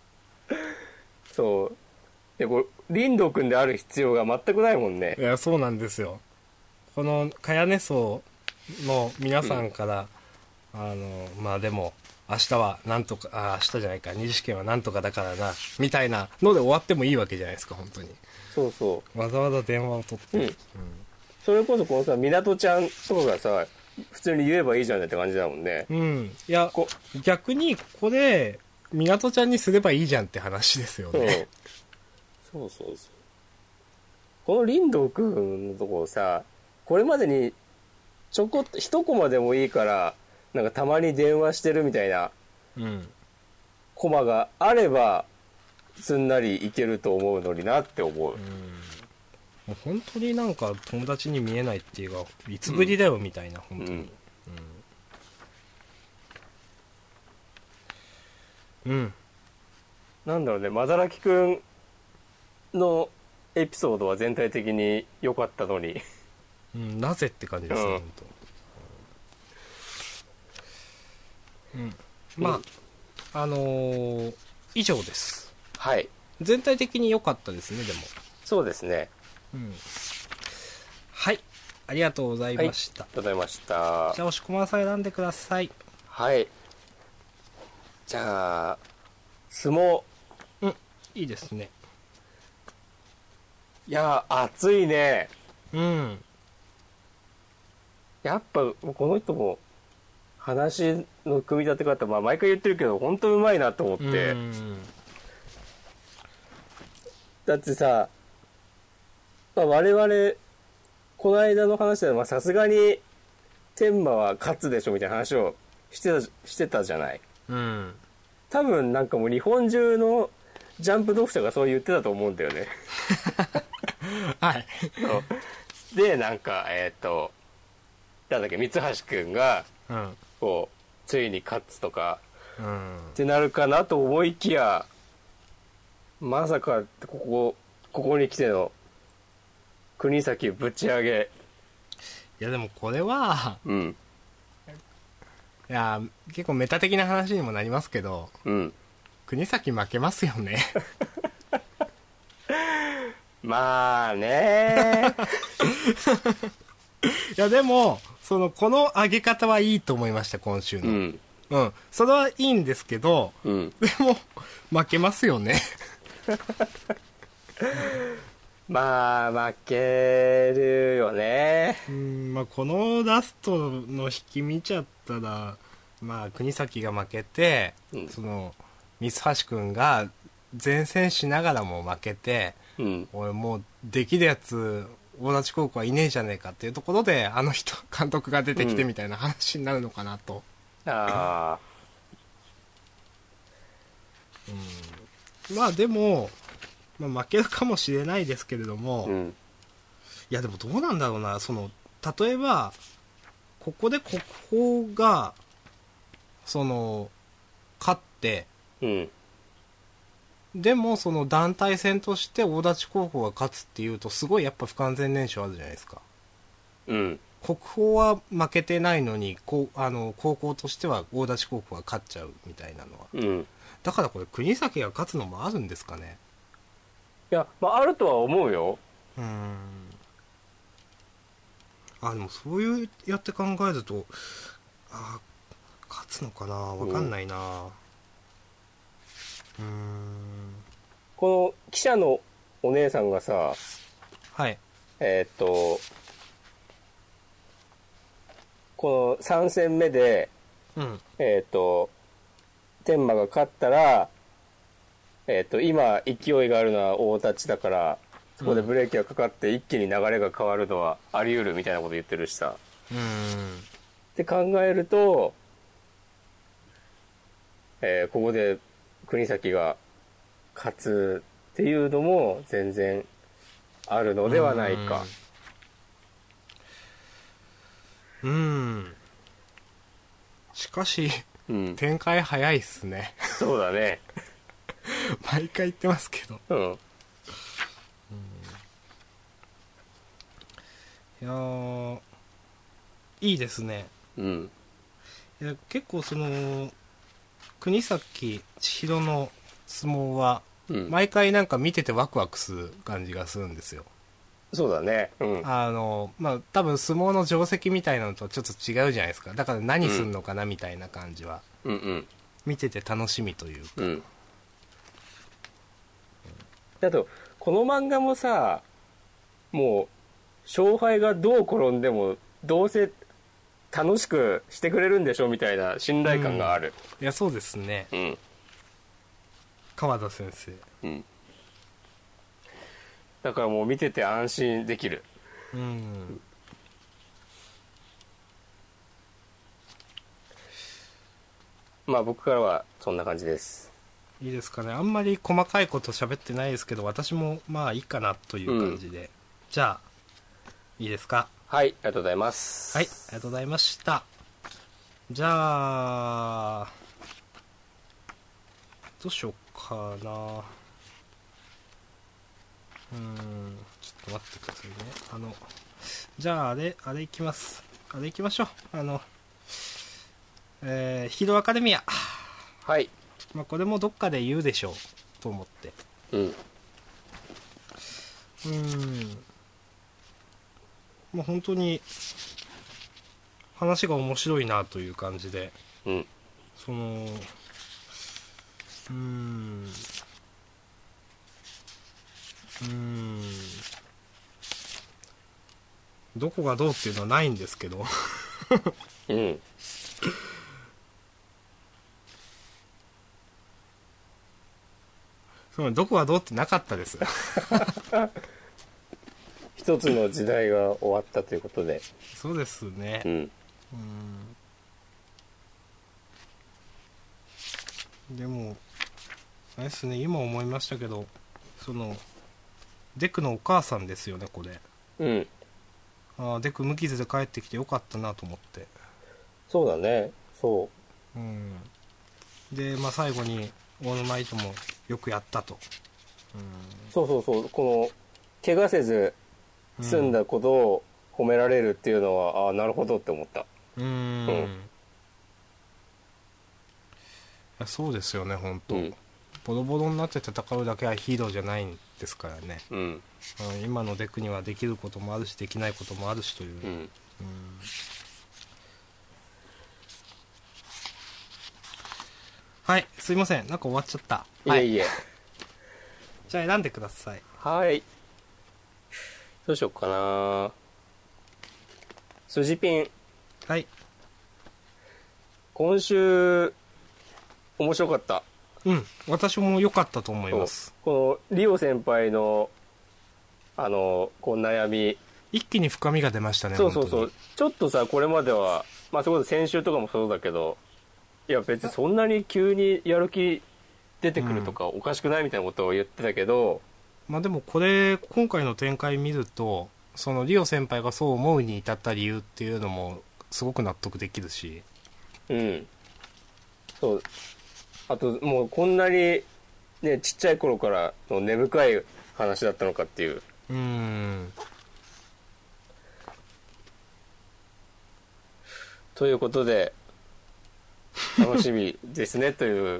そう。でこれ林道くんである必要が全くないもんね。 いやそうなんですよ。このかやね層の皆さんから、うん、あのまあでも明日はなんとかあ明日じゃないか二次試験はなんとかだからなみたいなので終わってもいいわけじゃないですか本当に。 そうそう。 わざわざ電話を取って。うん。うんそれこそこのさ港ちゃんとかがさ普通に言えばいいじゃんねって感じだもんね。 うん。いや、逆にここで、港ちゃんにすればいいじゃんって話ですよね。 うん、そうそうそう。この林道くんのところさ、これまでにちょこっと一コマでもいいからなんかたまに電話してるみたいなコマがあればすんなりいけると思うのになって思う。うん、もう本当になんか友達に見えないっていうかいつぶりだよみたいな、うん、本当にうん、うん、 なんだろうね、まだらきくんのエピソードは全体的に良かったのに、 うん、なぜって感じですね、うん、本当、うん、まあ、うん、あのー、以上です。 はい。 全体的に良かったですね。でもそうですね、 うん、はい、ありがとうございました。 はい、ありがとうございました。 じゃあ押し込まさ選んでください。 はい、じゃあ相撲。 うん、いいですね。 いや熱いね。 うん、 やっぱこの人も話の組み立て方、まあ毎回言ってるけど本当うまいなと思って、うん、だってさ、まあ、我々この間の話ではさすがに天馬は勝つでしょみたいな話をしてたしてたじゃない、 うん、 多分なんかもう日本中のジャンプ読者がそう言ってたと思うんだよねはいでなんかえっ、ー、となんだっけ、三橋くんが、うん、こうついに勝つとか、うん、ってなるかなと思いきや、まさかここここに来ての国崎ぶち上げ。 いやでもこれは、うん、いや結構メタ的な話にもなりますけど、うん、国崎負けますよねまあねいやでもそのこの上げ方はいいと思いました今週の、うん、うん、それはいいんですけど、うん、でも負けますよねまあ負けるよね。 うん、まあ、このラストの引き見ちゃったら、まあ、国崎が負けて、うん、その三橋君が善戦しながらも負けて、うん、俺もうできるやつ大立高校はいねえじゃねえかっていうところであの人監督が出てきてみたいな話になるのかなと、うん、ああ、うん、まあでも、まあ、負けるかもしれないですけれども、うん、いやでもどうなんだろうな、その例えばここで国宝がその勝って、うん、でもその団体戦として大立高校が勝つっていうとすごいやっぱ不完全燃焼あるじゃないですか、うん、国宝は負けてないのにこうあの高校としては大立高校が勝っちゃうみたいなのは、うん、だからこれ国崎が勝つのもあるんですかね。 いや、まあ、あるとは思うよ。 うーん、あでもそういうやって考えるとあ勝つのかな、分かんないな、うん、うーん、 この記者のお姉さんがさ、 はい、 えー、っとこのさん戦目で、うん、えー、っと天馬が勝ったら、えー、っと今勢いがあるのは大立だからそこでブレーキがかかって一気に流れが変わるのはあり得るみたいなこと言ってるしさ、うん、って考えると、えー、ここで国崎が勝つっていうのも全然あるのではないか。 うん、うん、しかし、うん、展開早いっすね。 そうだね毎回言ってますけど、うん、うん、いやーいいですね、うん、いや結構その国崎千尋の相撲は、うん、毎回なんか見ててワクワクする感じがするんですよ。 そうだね、うん、 あのまあ多分相撲の定石みたいなのとちょっと違うじゃないですか。だから何すんのかなみたいな感じは、うんうんうん、見てて楽しみというか、うん、 あとこの漫画もさ、もう勝敗がどう転んでもどうせ楽しくしてくれるんでしょみたいな信頼感がある、 うん、いやそうですね、 うん、 川田先生、 うん、だからもう見てて安心できる。 うん、 まあ僕からはそんな感じです。 いいですかね。あんまり細かいこと喋ってないですけど、私もまあいいかなという感じで、うん、じゃあいいですか。 はい、ありがとうございます。 はい、ありがとうございました。じゃあどうしようかな。うーん、ちょっと待ってくださいね。あのじゃああれあれいきます。あれいきましょう。あのえー、ヒーローアカデミア。 はい。 まあこれもどっかで言うでしょうと思って。 うん。 うーん。もう本当に話が面白いなという感じで、 うん、 そのうーんうーんどこがどうっていうのはないんですけどうんそうどこがどうってなかったです一つの時代が終わったということで。 そうですね、 うん、 うんでもあれですね、今思いましたけど、そのデクのお母さんですよねこれ。 うん、 ああデク無傷で帰ってきてよかったなと思って。 そうだね、そう、 うん、でまあ最後にオールマイトもよくやったと、 うん、そうそうそう、この怪我せず済んだことを褒められるっていうのは、うん、ああなるほどって思った。 うーん、うん、いやそうですよね本当、うん、ボロボロになって戦うだけはヒーローじゃないんですからね、 うん、 今のデクにはできることもあるしできないこともあるしという、うんうん、はいすいませんなんか終わっちゃった。 いえいえ、はい、 じゃあ選んでください。 はい、どうしようかな。筋ピン。 はい。 今週面白かった。 うん、私も良かったと思います。 このリオ先輩のあのこう悩み、 一気に深みが出ましたね。 そうそうそう。ちょっとさこれまではまあそれこそ先週とかもそうだけど、いや別にそんなに急にやる気出てくるとかおかしくないみたいなことを言ってたけど、 うん、まあでもこれ今回の展開見るとそのリオ先輩がそう思うに至った理由っていうのもすごく納得できるし、 うんそう、あともうこんなにねちっちゃい頃からの根深い話だったのかっていう、 うーんということで楽しみですねという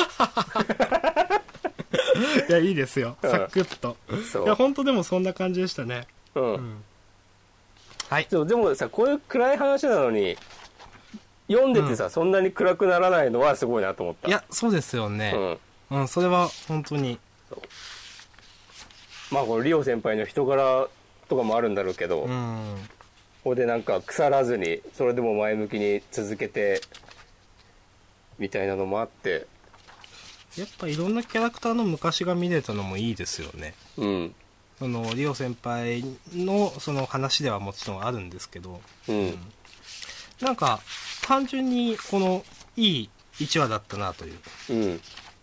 いやいいですよ、うん、サクッと。いや本当でもそんな感じでしたね。うん、うん、はい。 でも、でもさこういう暗い話なのに読んでてさ、うん、そんなに暗くならないのはすごいなと思った。 いやそうですよね、うん、うん、それは本当にそう。 まあこれリオ先輩の人柄とかもあるんだろうけど、うん、ここでなんか腐らずにそれでも前向きに続けてみたいなのもあって、 やっぱいろんなキャラクターの昔が見れたのもいいですよね。うん、そのリオ先輩のその話ではもちろんあるんですけど、うんうん、なんか単純にこのいいいちわだったなという、うん、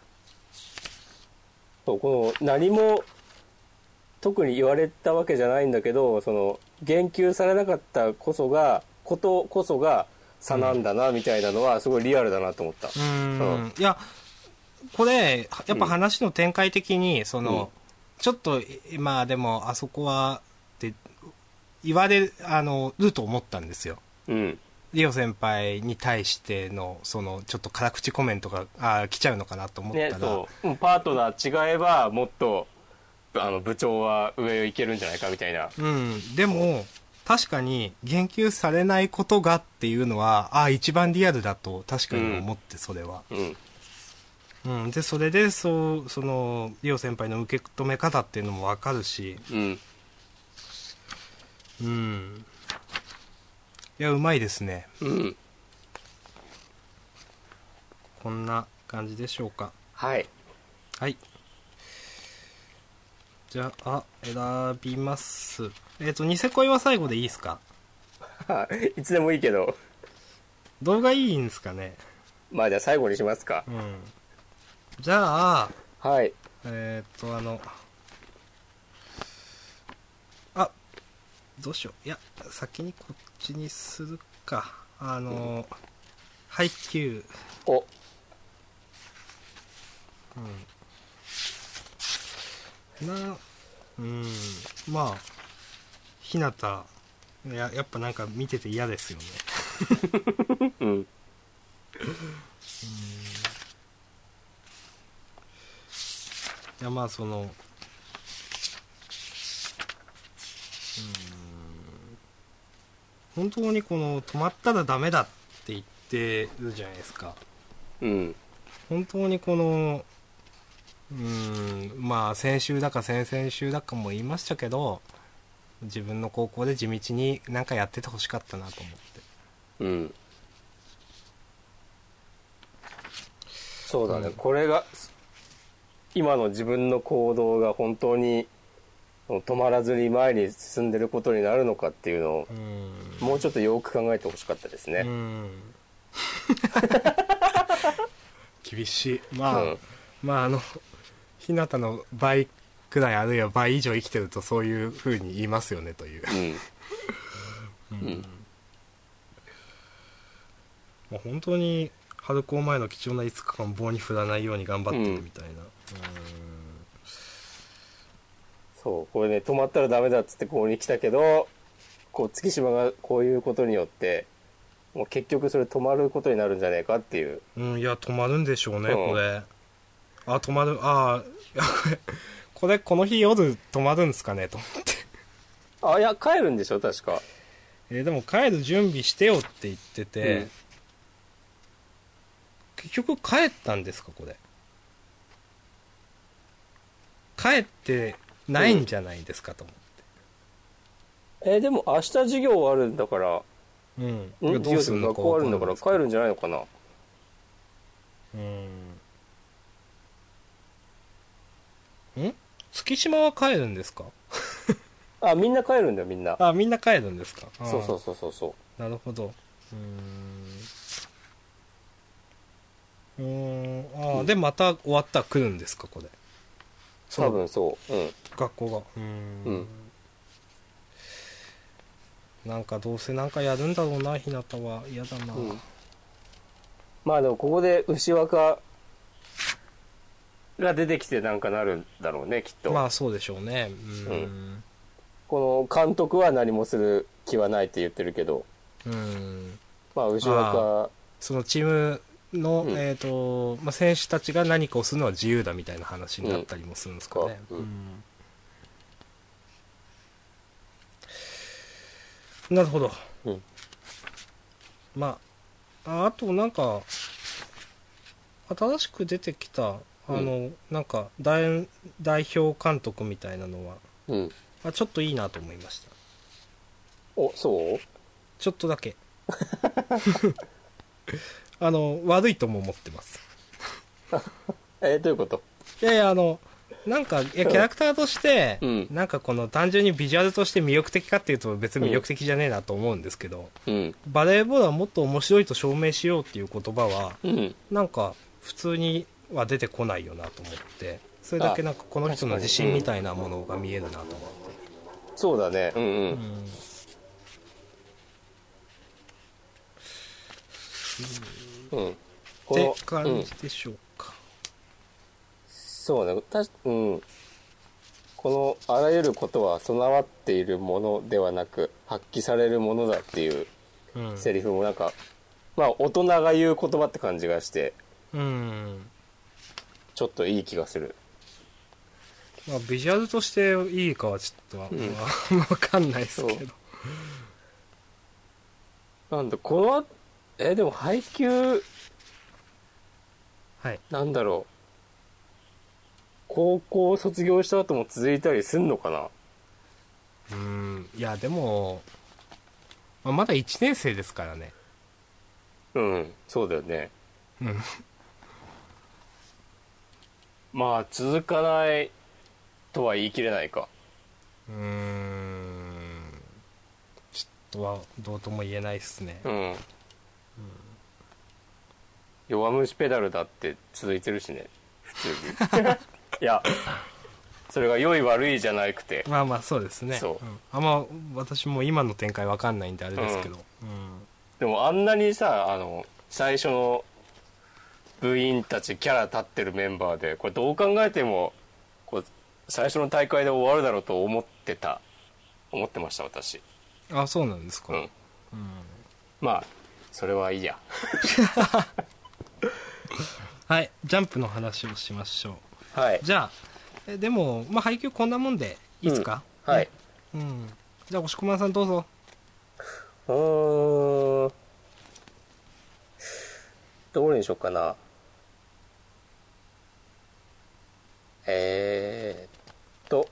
そうこの何も特に言われたわけじゃないんだけど、その言及されなかったこそがことこそが差なんだなみたいなのはすごいリアルだなと思った。 うん、うん、いやこれやっぱ話の展開的にその、うん、ちょっとまあでもあそこはって言われあのると思ったんですよ、うん、リオ先輩に対してのそのちょっと辛口コメントがあ来ちゃうのかなと思ったら、ね、 そうパートナー違えばもっとあの部長は上行けるんじゃないかみたいな、 うん、でも確かに言及されないことがっていうのはあ一番リアルだと確かに思って、それは、うんうん、でそれでそうそのリオ先輩の受け止め方っていうのも分かるし、うん、うん、いや、うまいですね。 うん。 こんな感じでしょうか。 はい。 はい。じゃあ、選びます。えっと、ニセ恋は最後でいいですか？ いつでもいいけど。 動画いいんですかね？ まあじゃあ最後にしますか。 うん。じゃあ、 はい。 えっと、あの、あ、どうしよう。いや、先にこっちにするか。あの、配給。 お。 うん。な、うん。まあ、ひなた、や、やっぱなんか見てて嫌ですよね。 うん。うん。 いや、まあ、その、うん、本当にこの止まったらダメだって言ってるじゃないですか。 うん。 本当にこの、うん、まあ先週だか先々週だかも言いましたけど、自分の高校で地道に何かやっててほしかったなと思って。 うん。そうだね、 うん、 これが今の自分の行動が本当に止まらずに前に進んでることになるのかっていうのを、うん、もうちょっとよく考えてほしかったですね。うん、 厳しい。まあ、うん、まああの日向の倍くらいあるいは倍以上生きてるとそういう風に言いますよねという、うんうん、まあ、本当に春高前の貴重ないつかかん棒に振らないように頑張ってるみたいな、うん、 そうこれね止まったらダメだっつってここに来たけど、こう月島がこういうことによってもう結局それ止まることになるんじゃねえかっていう、 うん、いや止まるんでしょうね、うん、これあ止まるあいやこれこれこの日夜止まるんですかねと思ってあいや帰るんでしょ確か、 えー、でも帰る準備してよって言ってて、うん、結局帰ったんですかこれ。帰ってないんじゃないですかと思って、 うん、えー、でも明日授業あるんだから、 うん、 んどうするの？学校あるんだから帰るんじゃないのかな。 うんん月島は帰るんですかあみんな帰るんだよみんな。 あみんな帰るんですか。 そうそうそうそうそうなるほど。うーんうーんあ、うん、でまた終わったら来るんですかこれ。 多分そう、うん、 学校がうーん、うん、なんかどうせなんかやるんだろうな日向は。嫌だな、うん、 まあでもここで牛若が出てきてなんかなるんだろうねきっと。 まあそうでしょうね。うん、うん、 この監督は何もする気はないって言ってるけど、 うん、 まあ牛若そのチームの、うん、えーとまあ、選手たちが何かをするのは自由だみたいな話になったりもするんですかね。うんうんうん、なるほど、うん、まああとなんか新しく出てきたあの、うん、なんか 代, 代表監督みたいなのは、うん、あちょっといいなと思いました。 おそうちょっとだけあの悪いとも思ってますえどういうこと？ いやいやあのなんかいやキャラクターとして、うん、なんかこの単純にビジュアルとして魅力的かっていうと別に魅力的じゃねえなと思うんですけど、うん、バレーボールはもっと面白いと証明しようっていう言葉は、うん、なんか普通には出てこないよなと思って、それだけなんかこの人の自信みたいなものが見えるなと思って、 うん、そうだねうんうん、うんうん、って感じでしょうか、うん、 そうねた、うん、このあらゆることは備わっているものではなく発揮されるものだっていうセリフもなんか、うん、まあ大人が言う言葉って感じがして、うん、ちょっといい気がする。 まあ、ビジュアルとしていいかはちょっと、うん、まあ、分かんないですけどなんだこのえでも配給はいなんだろう高校卒業した後も続いたりすんのかな。 うーんいやでもまあ、まだいちねん生ですからね。 うん、そうだよね。 うんまあ続かないとは言い切れないか。 うーんちょっとはどうとも言えないっすね。 うん、うん、弱虫ペダルだって続いてるしね普通にいやそれが良い悪いじゃなくて、 まあまあそうですね。 そう、 うん、あんま私も今の展開わかんないんであれですけど、うんうん、でもあんなにさ、あの最初の部員たちキャラ立ってるメンバーでこれどう考えてもこう最初の大会で終わるだろうと思ってた思ってました私。 あ、そうなんですか。 うん、うん、まあそれはいいやはい、ジャンプの話をしましょう。はい。 じゃあえでもまあ配給こんなもんでいいですか、 うん、はい、 うん、じゃあ押し込まんさんどうぞ。 うーんどれにしようかな。えーっと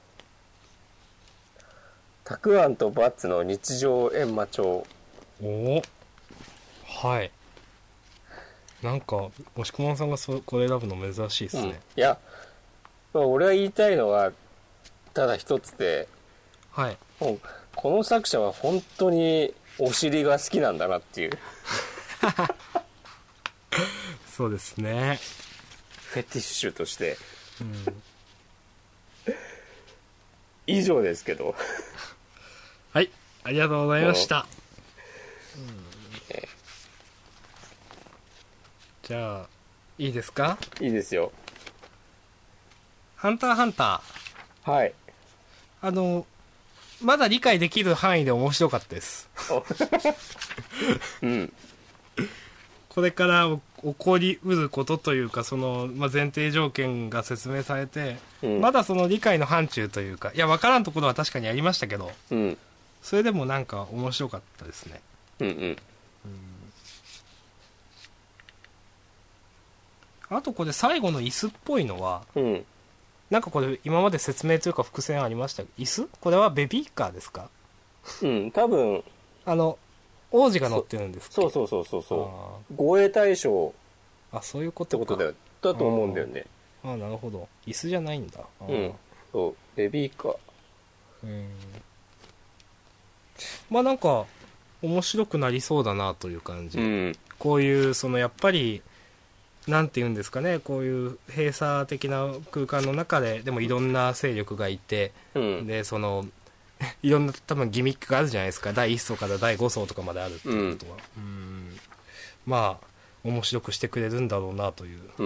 たくあんとバッツの日常閻魔帳。 おお、はい、なんか押し込まんさんがそこれ選ぶの珍しいですね、うん、いや、まあ、俺は言いたいのはただ一つで、 はい、 もうこの作者は本当にお尻が好きなんだなっていうそうですね、 フェティッシュとして、 うん、 以上ですけどはい、ありがとうございました、うん、えじゃあいいですか。 いいですよ。 ハンターハンター、はい、 あのまだ理解できる範囲で面白かったですうんこれから起こりうることというかその、まあ、前提条件が説明されて、うん、まだその理解の範疇というか、いや分からんところは確かにありましたけど、 うん、 それでもなんか面白かったですね。 うんうん、うん、 あとこれ最後の椅子っぽいのは、 うん、 なんかこれ今まで説明というか伏線ありました椅子、これはベビーカーですか。 うん多分あの王子が乗ってるんですっけ。 そうそうそうそうそう護衛対象あそういうことかってことだよだと思うんだよね。 ああなるほど、椅子じゃないんだ。あ、 うん、そうベビーカー、 うん、まあなんか面白くなりそうだなという感じ、うん、こういうそのやっぱりなんていうんですかね、こういう閉鎖的な空間の中ででもいろんな勢力がいて、うん、でそのいろんな多分ギミックがあるじゃないですか。だいいっ層からだいご層とかまであるっていうことは、うん、うんまあ面白くしてくれるんだろうなという、うん、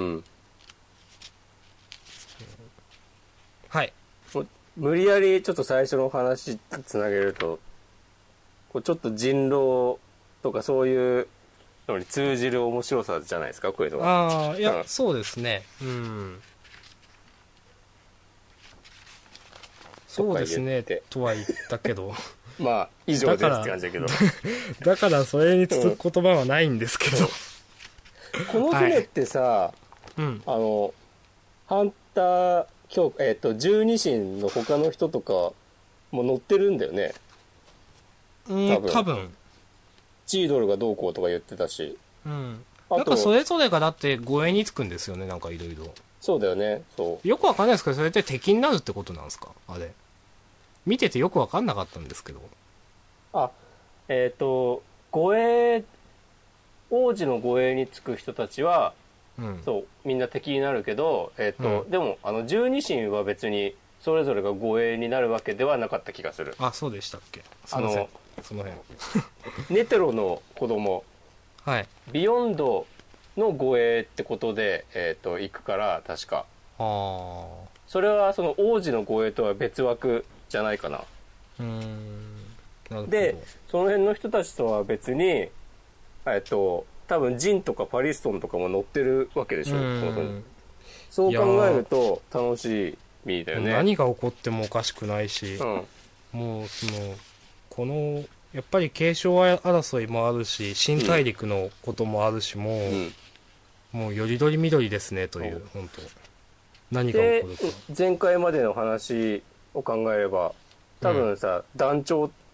はい。 無理やりちょっと最初の話つなげるとこうちょっと人狼とかそういうのに通じる面白さじゃないですかこういうのは。 ああいや、うん、そうですね、うんそうですねとは言ったけどまあ以上ですって感じだけどだからそれにつく言葉はないんですけど、 うん、この船ってさ、はい、うん、あのハンター今日、えー、と十二神の他の人とかも乗ってるんだよね。 うん多分多分チードルがどうこうとか言ってたし、 うん、なんかそれぞれがだって護衛につくんですよね、なんかいろいろ。そうだよね。そうよくわかんないですけど、それって敵になるってことなんですかあれ。見ててよくわかんなかったんですけど。 あえっ、ー、と護衛王子の護衛につく人たちは、うん、そうみんな敵になるけど、えーとうん、でもあの十二神は別にそれぞれが護衛になるわけではなかった気がする。 あそうでしたっけ。すいません、その辺ネテロの子供、 はい、 ビヨンドの護衛ってことで、えー、と行くから確か。あそれはその王子の護衛とは別枠じゃないかな。うーんなるほど。でその辺の人たちとは別に、えー、と多分ジンとかパリストンとかも乗ってるわけでしょ。うそう考えると楽しみだよね。 何が起こってもおかしくないし、うん、もうそのこのやっぱり継承争いもあるし新大陸のこともあるし、うん、もう、うん、もうよりどりみどりですねという、うん、本当何が起こるか。 前回までの話を考えれば多分さ、うん、団長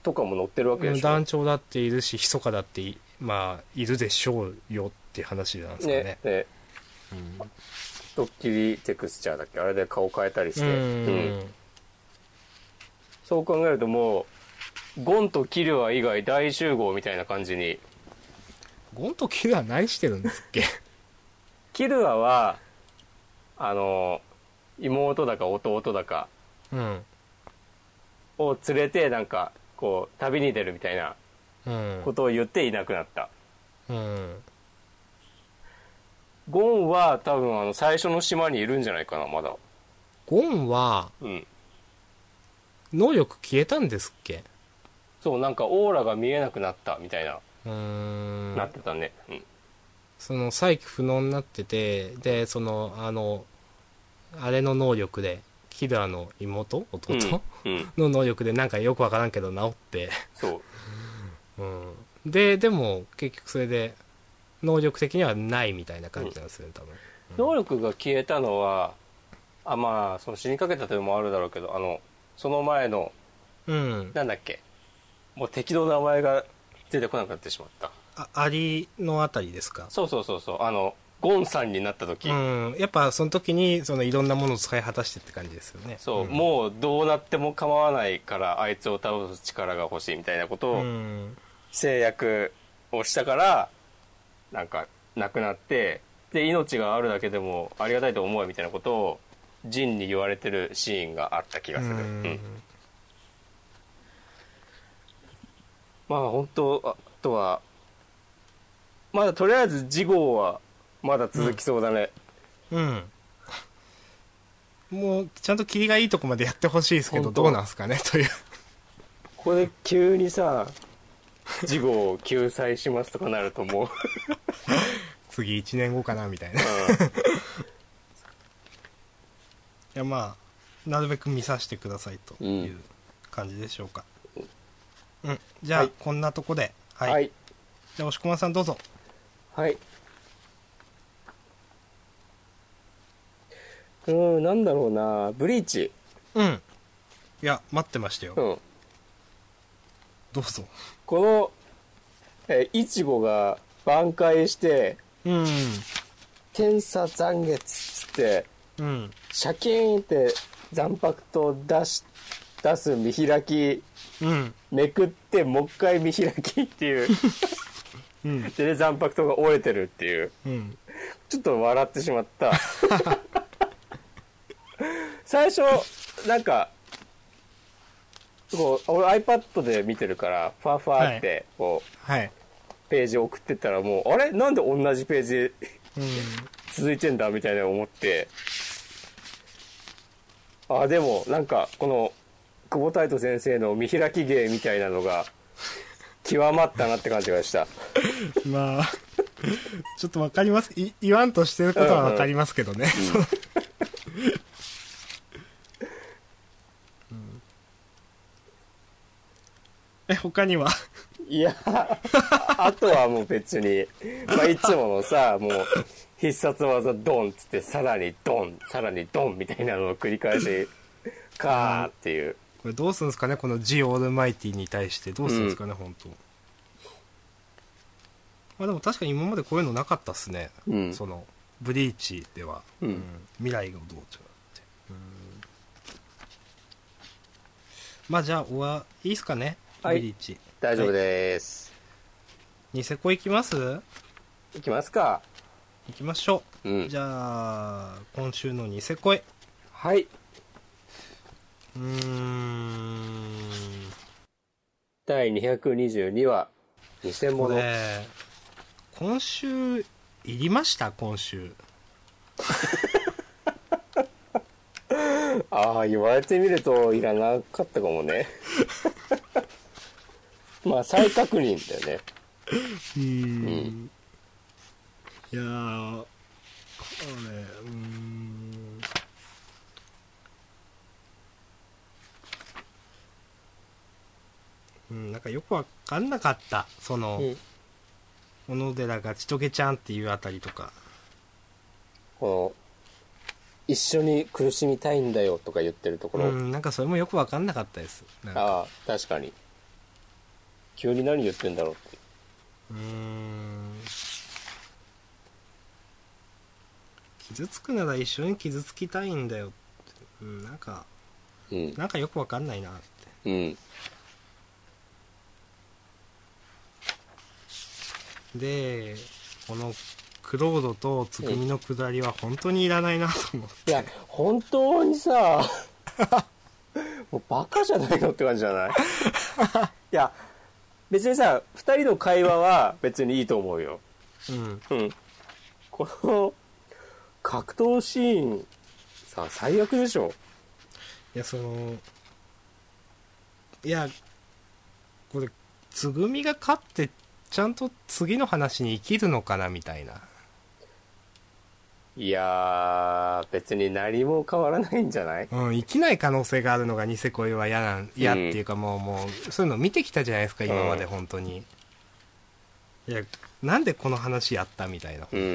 とかも載ってるわけでしょ。 団長だっているし密かだっていまあいるでしょうよって話なんですかね。 ねね、うん、ドッキリテクスチャーだっけ、あれで顔変えたりして、うんうん、そう考えるともうゴンとキルア以外大集合みたいな感じに。 ゴンとキルア何してるんですっけキルアはあの妹だか弟だかを連れてなんかこう旅に出るみたいなことを言っていなくなった、うんうん、ゴンは多分あの最初の島にいるんじゃないかな。まだゴンは能力消えたんですっけ。 そう、なんかオーラが見えなくなったみたいな、うーん、なってたね、うん、 その再起不能になってて、でそのあのあれの能力でキルアの妹弟、うんうん、の能力でなんかよくわからんけど治ってそう、 うん、ででも結局それで能力的にはないみたいな感じなんですよね、多分、 うん、能力が消えたのはあまあその死にかけたというのもあるだろうけど、あのその前の、うん、なんだっけ、もう敵の名前が出てこなくなってしまった。 あ、アリのあたりですか。 そうそうそうそう、あのゴンさんになった時、 うん、やっぱその時にそのいろんなものを使い果たしてって感じですよね。 そう、うん、もうどうなっても構わないからあいつを倒す力が欲しいみたいなことを制約をしたからなんかなくなって、で命があるだけでもありがたいと思うみたいなことをジンに言われてるシーンがあった気がする。うん、うん、まあ本当あとはまだとりあえず次号はまだ続きそうだね。うん、 うん、もうちゃんと切りがいいとこまでやってほしいですけどどうなんすかねという。 ここで急にさ次号を救済しますとかなるともう次いちねんごかなみたいな、うん、いやまあなるべく見させてくださいという感じでしょうか。うん、うん、じゃあ、はい、こんなとこで、はい、はい、じゃあ押駒さんどうぞ。 はい。うーん、なんだろうな、ブリーチ。 うん。いや待ってましたよ。うん。どうぞ。 このえイチゴが挽回して、うん。天差残月つって、うん。シャキーンって残白と出し出す見開き、うん。めくってもう一回見開きっていう。うん、でね、残白刀が折れてるっていう、うん、ちょっと笑ってしまった最初なんかこう俺 iPad で見てるからファーファーってこう、はい、ページ送ってったらもうあれなんで同じページ、うん、続いてんだみたいな思って、あでもなんかこの久保太斗先生の見開き芸みたいなのが極まったなって感じがしたまあちょっと分かります、い言わんとしてることは分かりますけどね、うんうんうん、え他には。 いやあとはもう別に、まあ、いつものさもう必殺技ドンっつってさらにドンさらにドンみたいなのを繰り返しかーっていう、 これどうするんですかね、この G オールマイティに対してどうするんですかね、うん、本当。まあでも確かに今までこういうのなかったっすね、うん、そのブリーチでは、うんうん、未来がどうちゃうって、うん、まあじゃあ終わいいっすかね、はい、ブリーチ大丈夫です、はい、 ニセコ行きます？行きますか。 行きましょう、うん、じゃあ今週のニセコイ、 はい、 うーんだいにひゃくにじゅうにわ偽物。これ今週いりました？今週ああ言われてみるといらなかったかもねまあ再確認だよね。うーん、うん、 いやーこれうーんうん、なんかよくわかんなかった、その、うん小野寺がちとげちゃんっていうあたりとか、 この一緒に苦しみたいんだよとか言ってるところ、 うん、なんかそれもよく分かんなかったです。なんかああ確かに急に何言ってんだろうって。 うーん、傷つくなら一緒に傷つきたいんだよって、うん、なんか、うん、なんかよくわかんないなって。うん、でこのクロードとつぐみのくだりは本当にいらないなと思って、 いや本当にさもうバカじゃないのって感じじゃないいや別にさふたりの会話は別にいいと思うよ。うん、うん、この格闘シーンさ最悪でしょ。 いやそのいやこれつぐみが勝ってちゃんと次の話に生きるのかなみたいな。 いやー別に何も変わらないんじゃない？ うん、生きない可能性があるのがニセ恋は嫌なん嫌っていうか、うん、もうもうそういうの見てきたじゃないですか今まで本当に、うん、いやなんでこの話やったみたいな、うん、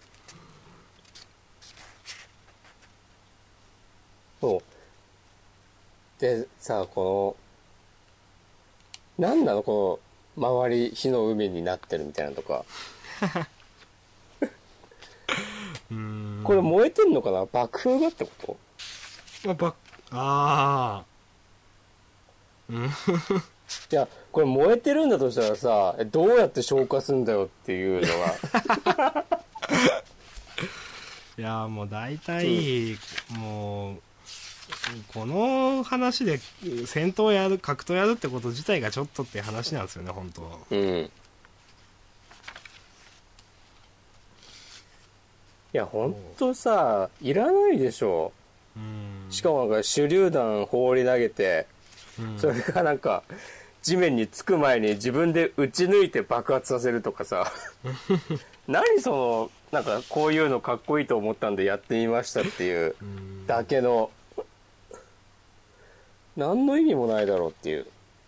そうでさこの何なのこの周り火の海になってるみたいなとかうーんこれ燃えてんのかな、爆風がってこと？ あばあーいやこれ燃えてるんだとしたらさどうやって消火すんだよっていうのがいやもう大体、うん、もうこの話で戦闘やる格闘やるってこと自体がちょっとって話なんですよね本当。うん。いや本当さいらないでしょ。うん。しかもなんか手榴弾放り投げて、うん、それがなんか地面につく前に自分で撃ち抜いて爆発させるとかさ何そのなんかこういうのかっこいいと思ったんでやってみましたっていうだけの何の意味もないだろうっていう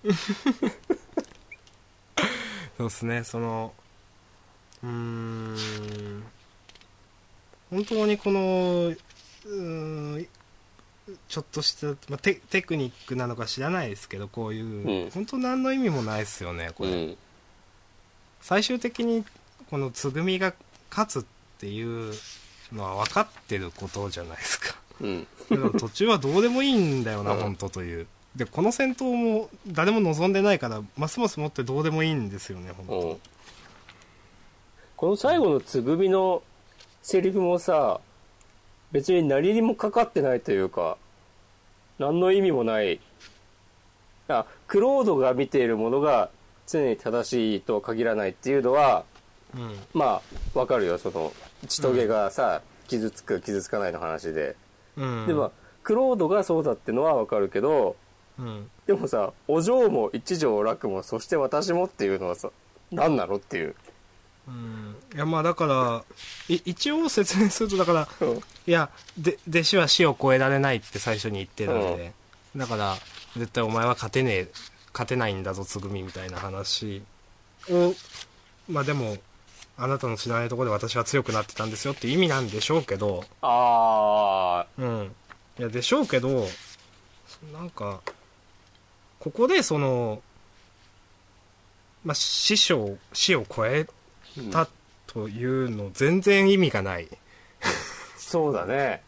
そうですねそのうーん本当にこのうーんちょっとした、まあ、テ, テクニックなのか知らないですけどこういう、うん、本当何の意味もないですよねこれ、うん、最終的にこのつぐみが勝つっていうのは分かってることじゃないですか、うん、だから途中はどうでもいいんだよな、うん、本当というでこの戦闘も誰も望んでないからますますもってどうでもいいんですよね本当、うん、 この最後のつぐみのセリフもさ別に何にもかかってないというか何の意味もない。あクロードが見ているものが常に正しいとは限らないっていうのは、うん、まあわかるよその血トゲがさ、うん、傷つく傷つかないの話で、うん、でもクロードがそうだってのはわかるけど、うん、でもさお嬢も一条楽もそして私もっていうのはさ何なのっていう。 うん、いやまあだからい一応説明するとだから、うん、いやで弟子は死を超えられないって最初に言ってるので、うん、だから絶対お前は勝てねえ勝てないんだぞつぐみみたいな話をまあでもあなたの知らないところで私は強くなってたんですよって意味なんでしょうけどああうんいやでしょうけどなんかここでそのまあ師匠死を超えたというの全然意味がないそうだね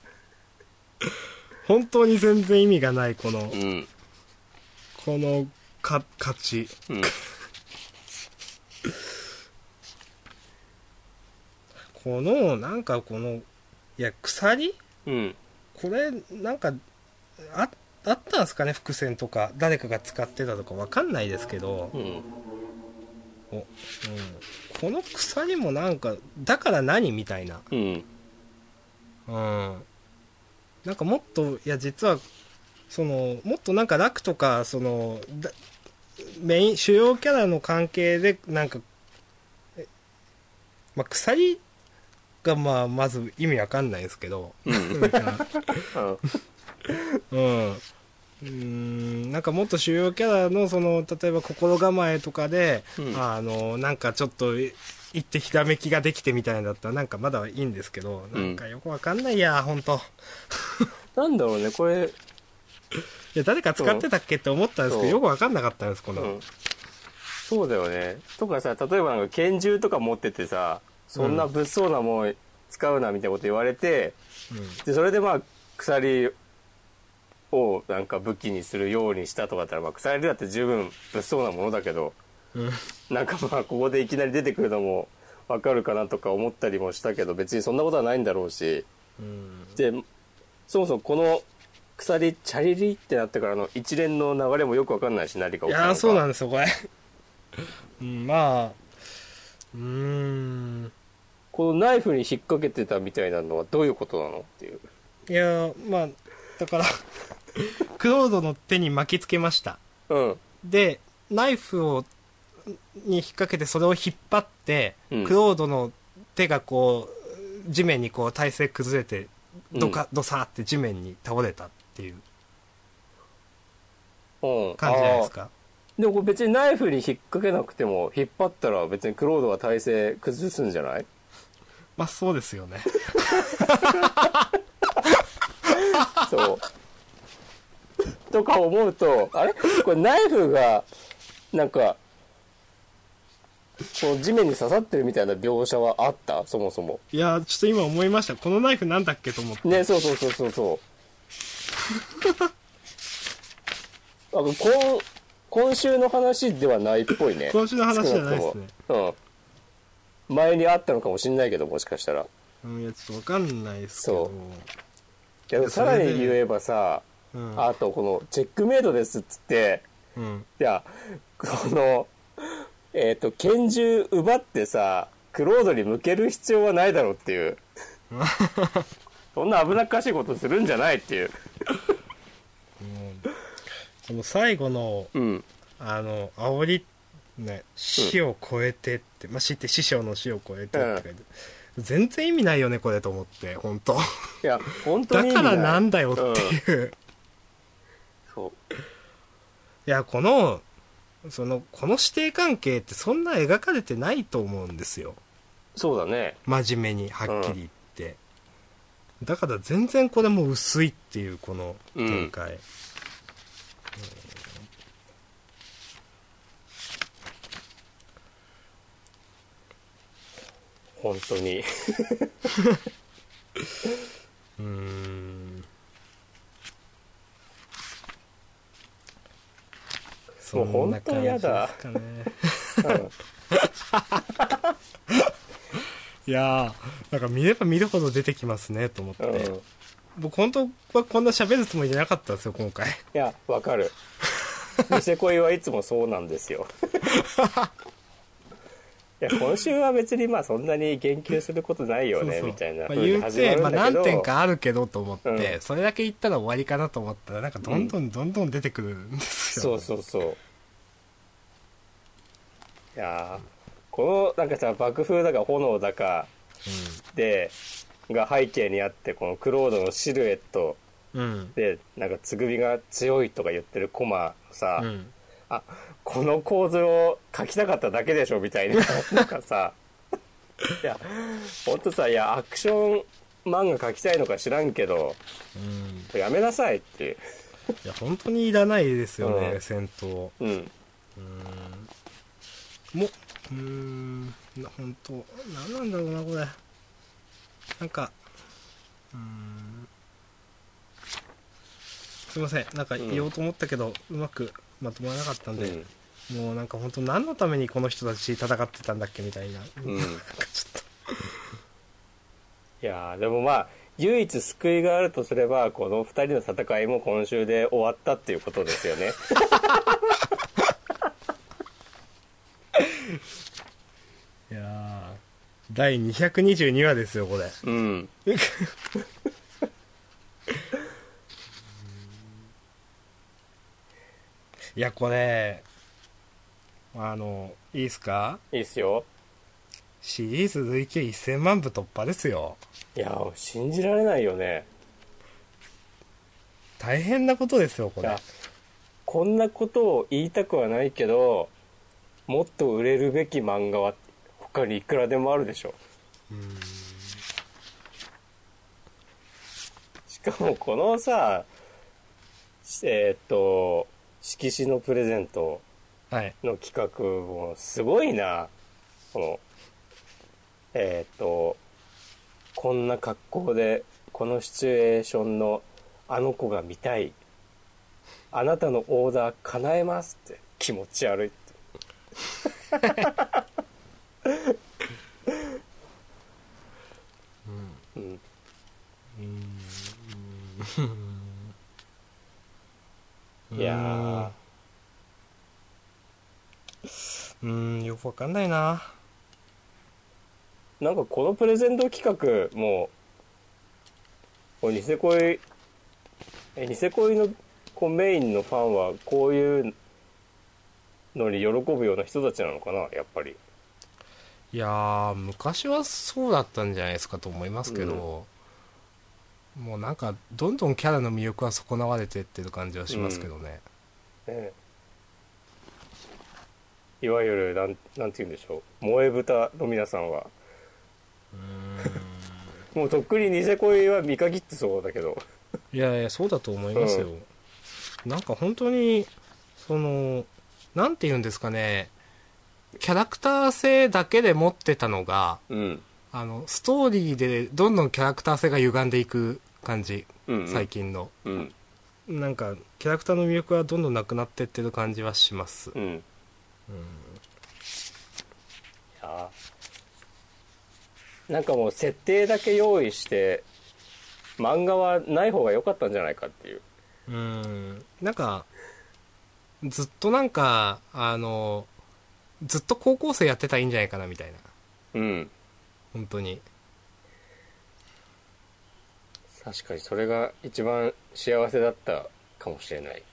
本当に全然意味がないこの、うん、このか勝ち、うん、このなんかこのいや鎖、うん、これなんか あ, あったんですかね伏線とか誰かが使ってたとかわかんないですけど、うんおうん、この鎖もなんかだから何みたいな、うんうん、なんかもっといや実はそのもっとなんか楽とかそのメイン主要キャラの関係でなんか、まあ、鎖がまあまず意味わかんないですけど、うん、うんうーんなんかもっと主要キャラのその例えば心構えとかで、うん、あのなんかちょっと言ってひらめきができてみたいなだったらなんかまだいいんですけど、うん、なんかよくわかんないや本当なんだろうねこれいや誰か使ってたっけって思ったんですけどよくわかんなかったんですこの、うん、 そうだよね。とかさ、例えばなんか拳銃とか持っててさ、そんな物騒なもん使うなみたいなこと言われて、うん、でそれでまあ鎖をなんか武器にするようにしたとかだったら、まあ鎖だって十分物騒なものだけど、うん、なんかまあここでいきなり出てくるのもわかるかなとか思ったりもしたけど、別にそんなことはないんだろうし、うん、でそもそもこの鎖チャリリってなってからの一連の流れもよくわかんないし、何か起きたのか。 いやそうなんですよこれうん、まあうーんこのナイフに引っ掛けてたみたいなのはどういうことなのっていう。 いやまあだからクロードの手に巻きつけました、うん、でナイフをに引っ掛けてそれを引っ張って、うん、クロードの手がこう地面にこう体勢崩れてドカ、うん、ドサーって地面に倒れたっていう感じじゃないですか。 でもこれ別にナイフに引っ掛けなくても引っ張ったら別にクロードは体勢崩すんじゃない？ まあそうですよねそうとか思うと、あれこれナイフがなんかこう地面に刺さってるみたいな描写はあった？そもそも。 いやちょっと今思いました。このナイフなんだっけと思ってね。そうそうそうそうそうあのこん今週の話ではないっぽいね。 今週の話じゃないですね。 うん。前にあったのかもしれないけど、もしかしたら。 うん、いやちょっとわかんないですけど。 そう。いやさらに言えばさ、うん、あとこのチェックメイドですっつって、うん、いやこのえっ、ー、と拳銃奪ってさクロードに向ける必要はないだろうっていう。そんな危なっかしいことするんじゃないっていう。 この最後の、うん、あの煽りね死を超えてって、うん、まあ死って師匠の死を超えてって書いて、うん、全然意味ないよねこれと思って本当。 いや本当にだからなんだよっていう、うん、そういやこのそのこの師弟関係ってそんな描かれてないと思うんですよ。 そうだね。 真面目にはっきり言って、うん、だから全然これも薄いっていうこの展開、うん本当にうーんもう本当に嫌だ、ねうん、 いやーなんか見れば見るほど出てきますねと思って、うん、僕本当はこんな喋るつもりじゃなかったんですよ今回。いやわかるニセ恋はいつもそうなんですよいや今週は別にまあそんなに言及することないよねそうそうみたいな風に始まるんだけど、 まあ、言うて、まあ、何点かあるけどと思って、うん、それだけ言ったら終わりかなと思ったらなんかどんどんどんどん出てくるんですよ、 うん、そうそうそういやこのなんかさ爆風だか炎だかで、うん、が背景にあってこのクロードのシルエットで、うん、なんかつぐみが強いとか言ってるコマさ、うん、あこの構図を描きたかっただけでしょみたいななんかさいやほんとさいやアクション漫画描きたいのか知らんけど、うん、やめなさいっていういや本当にいらないですよね、うん、戦闘うんうんもうーん本当何なんだろうなこれなんかうーんすいませんなんか言おうと思ったけど、うん、うまくまとまらなかったんで、うん、もうなんか本当何のためにこの人たち戦ってたんだっけみたいな、うん、なんかちょっといやでもまあ唯一救いがあるとすればこのふたりの戦いも今週で終わったっていうことですよねいやだいにひゃくにじゅうにわですよこれうんいやこれあのいいっすか？ いいっすよ。 シリーズ累計せんまんぶ突破ですよ。 いや信じられないよね。 大変なことですよこれ。 こんなことを言いたくはないけどもっと売れるべき漫画は他にいくらでもあるでしょ。うーんしかもこのさえー、っと色紙のプレゼントの企画もすごいな。このえっ、ー、とこんな格好でこのシチュエーションのあの子が見たい、あなたのオーダー叶えますって、気持ち悪いってうん、うん、うん、いやー、 うーん、よくわかんないな。 なんかこのプレゼント企画もうニセ恋えニセ恋のこうメインのファンはこういうのに喜ぶような人たちなのかな、やっぱり。 いやー、昔はそうだったんじゃないですかと思いますけど、うん、もうなんかどんどんキャラの魅力は損なわれてってる感じはしますけどね。 うん、ね、いわゆるなん、なんて言うんでしょう、萌え豚の皆さんはうーんもうとっくにニセ恋は見限ってそうだけどいやいや、そうだと思いますよ、うん、なんか本当にそのなんて言うんですかね、キャラクター性だけで持ってたのが、うん、あのストーリーでどんどんキャラクター性が歪んでいく感じ、うんうん、最近の、うん、なんかキャラクターの魅力はどんどんなくなってってる感じはします、うんうん、いやなんかもう設定だけ用意して漫画はない方が良かったんじゃないかっていう。 うーん、なんかずっとなんかあのずっと高校生やってたらいいんじゃないかなみたいな。うん、本当に確かにそれが一番幸せだったかもしれない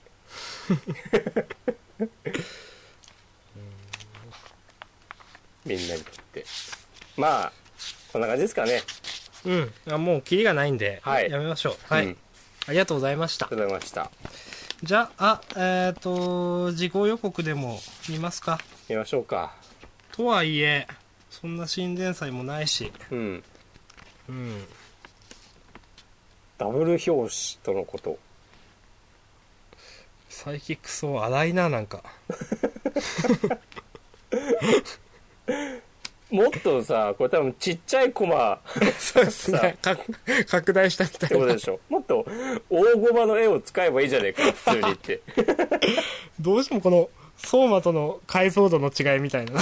みんなにとって。まあこんな感じですかね。 うん、あ、もうキリがないんで、はい、やめましょう。はい、うん、ありがとうございました。 ありがとうございました。 じゃあ、えっ、ー、と事後予告でも見ますか。 見ましょうか。 とはいえそんな新前祭もないし、うんうん、ダブル表紙とのこと。 サイキックスを荒いな、なんかもっとさ、これ多分ちっちゃいコマそうですね、拡大したみたいなってことでしょ。もっと大ゴマの絵を使えばいいじゃねえか普通にってどうしてもこの相馬との解像度の違いみたいなね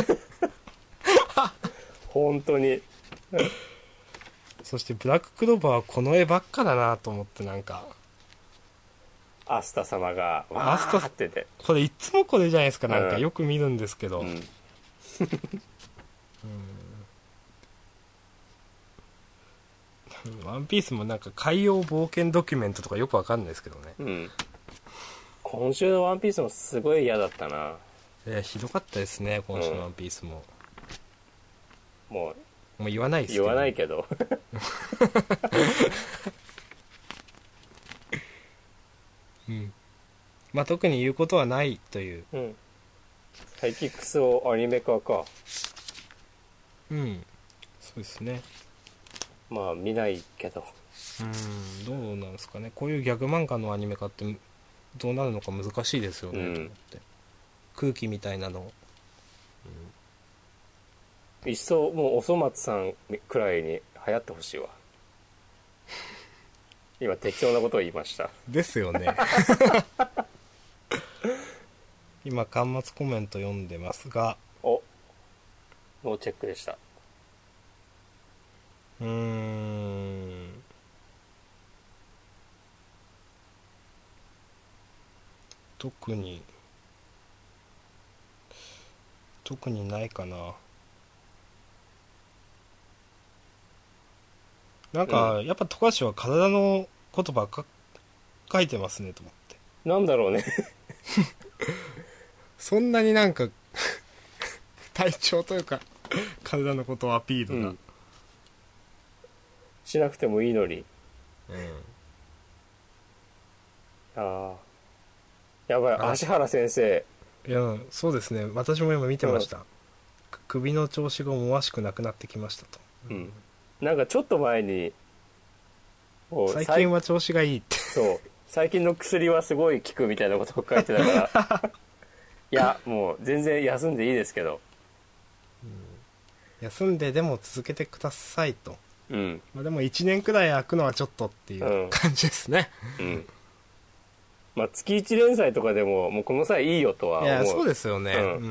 本当にそしてブラッククローバーはこの絵ばっかだなと思って、なんかアスタ様がわーってて、 これいつもこれじゃないですか、なんかよく見るんですけど、うんうんワンピースもなんか海洋冒険ドキュメントとかよくわかんないですけどね、うん、 今週のワンピースもすごい嫌だったな。 いやひどかったですね今週のワンピースも、 うん、もうもう言わないですけど、 言わないけどうん、まあ特に言うことはないという、うん、 サイキックスをアニメ化か。 うん、そうですね。 まあ見ないけど、 うん、どうなんですかね、こういうギャグ漫画のアニメ化ってどうなるのか難しいですよね、うん、と思って。空気みたいなの、 うん、いっそもうおそ松さんくらいに流行ってほしいわ今適当なことを言いましたですよね今端末コメント読んでますが、 おノーチェックでした。 うーん特に特にないかな。なんか、うん、やっぱ富樫は体のことばっか書いてますねと思って。 なんだろうねそんなになんか体調というか体のことをアピールが、うん、 しなくてもいいのに、うん、ああやばい、芦原先生。 いやそうですね、私も今見てました、うん、首の調子が思わしくなくなってきましたと、 うん、なんかちょっと前に最近は調子がいいってそう最近の薬はすごい効くみたいなことを書いてたからいやもう全然休んでいいですけど、 うん、休んででも続けてくださいと、 うんまあ、でもいちねんくらい空くのはちょっとっていう感じですね、 うん、うん、まあ月いち連載とかでももうこの際いいよとは思う。 いやそうですよね、うん、うん、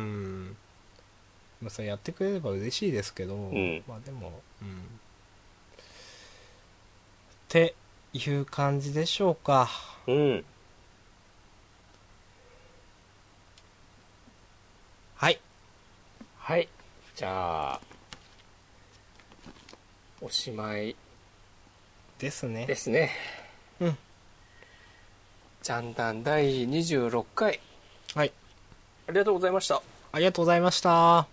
まあ、それやってくれれば嬉しいですけど、うん、まあでも、うん、っていう感じでしょうか。 うん。 はいはい、じゃあおしまいですねですね。 うん。 ジャンダンだいにじゅうろっかい、 はい、 ありがとうございました。 ありがとうございました。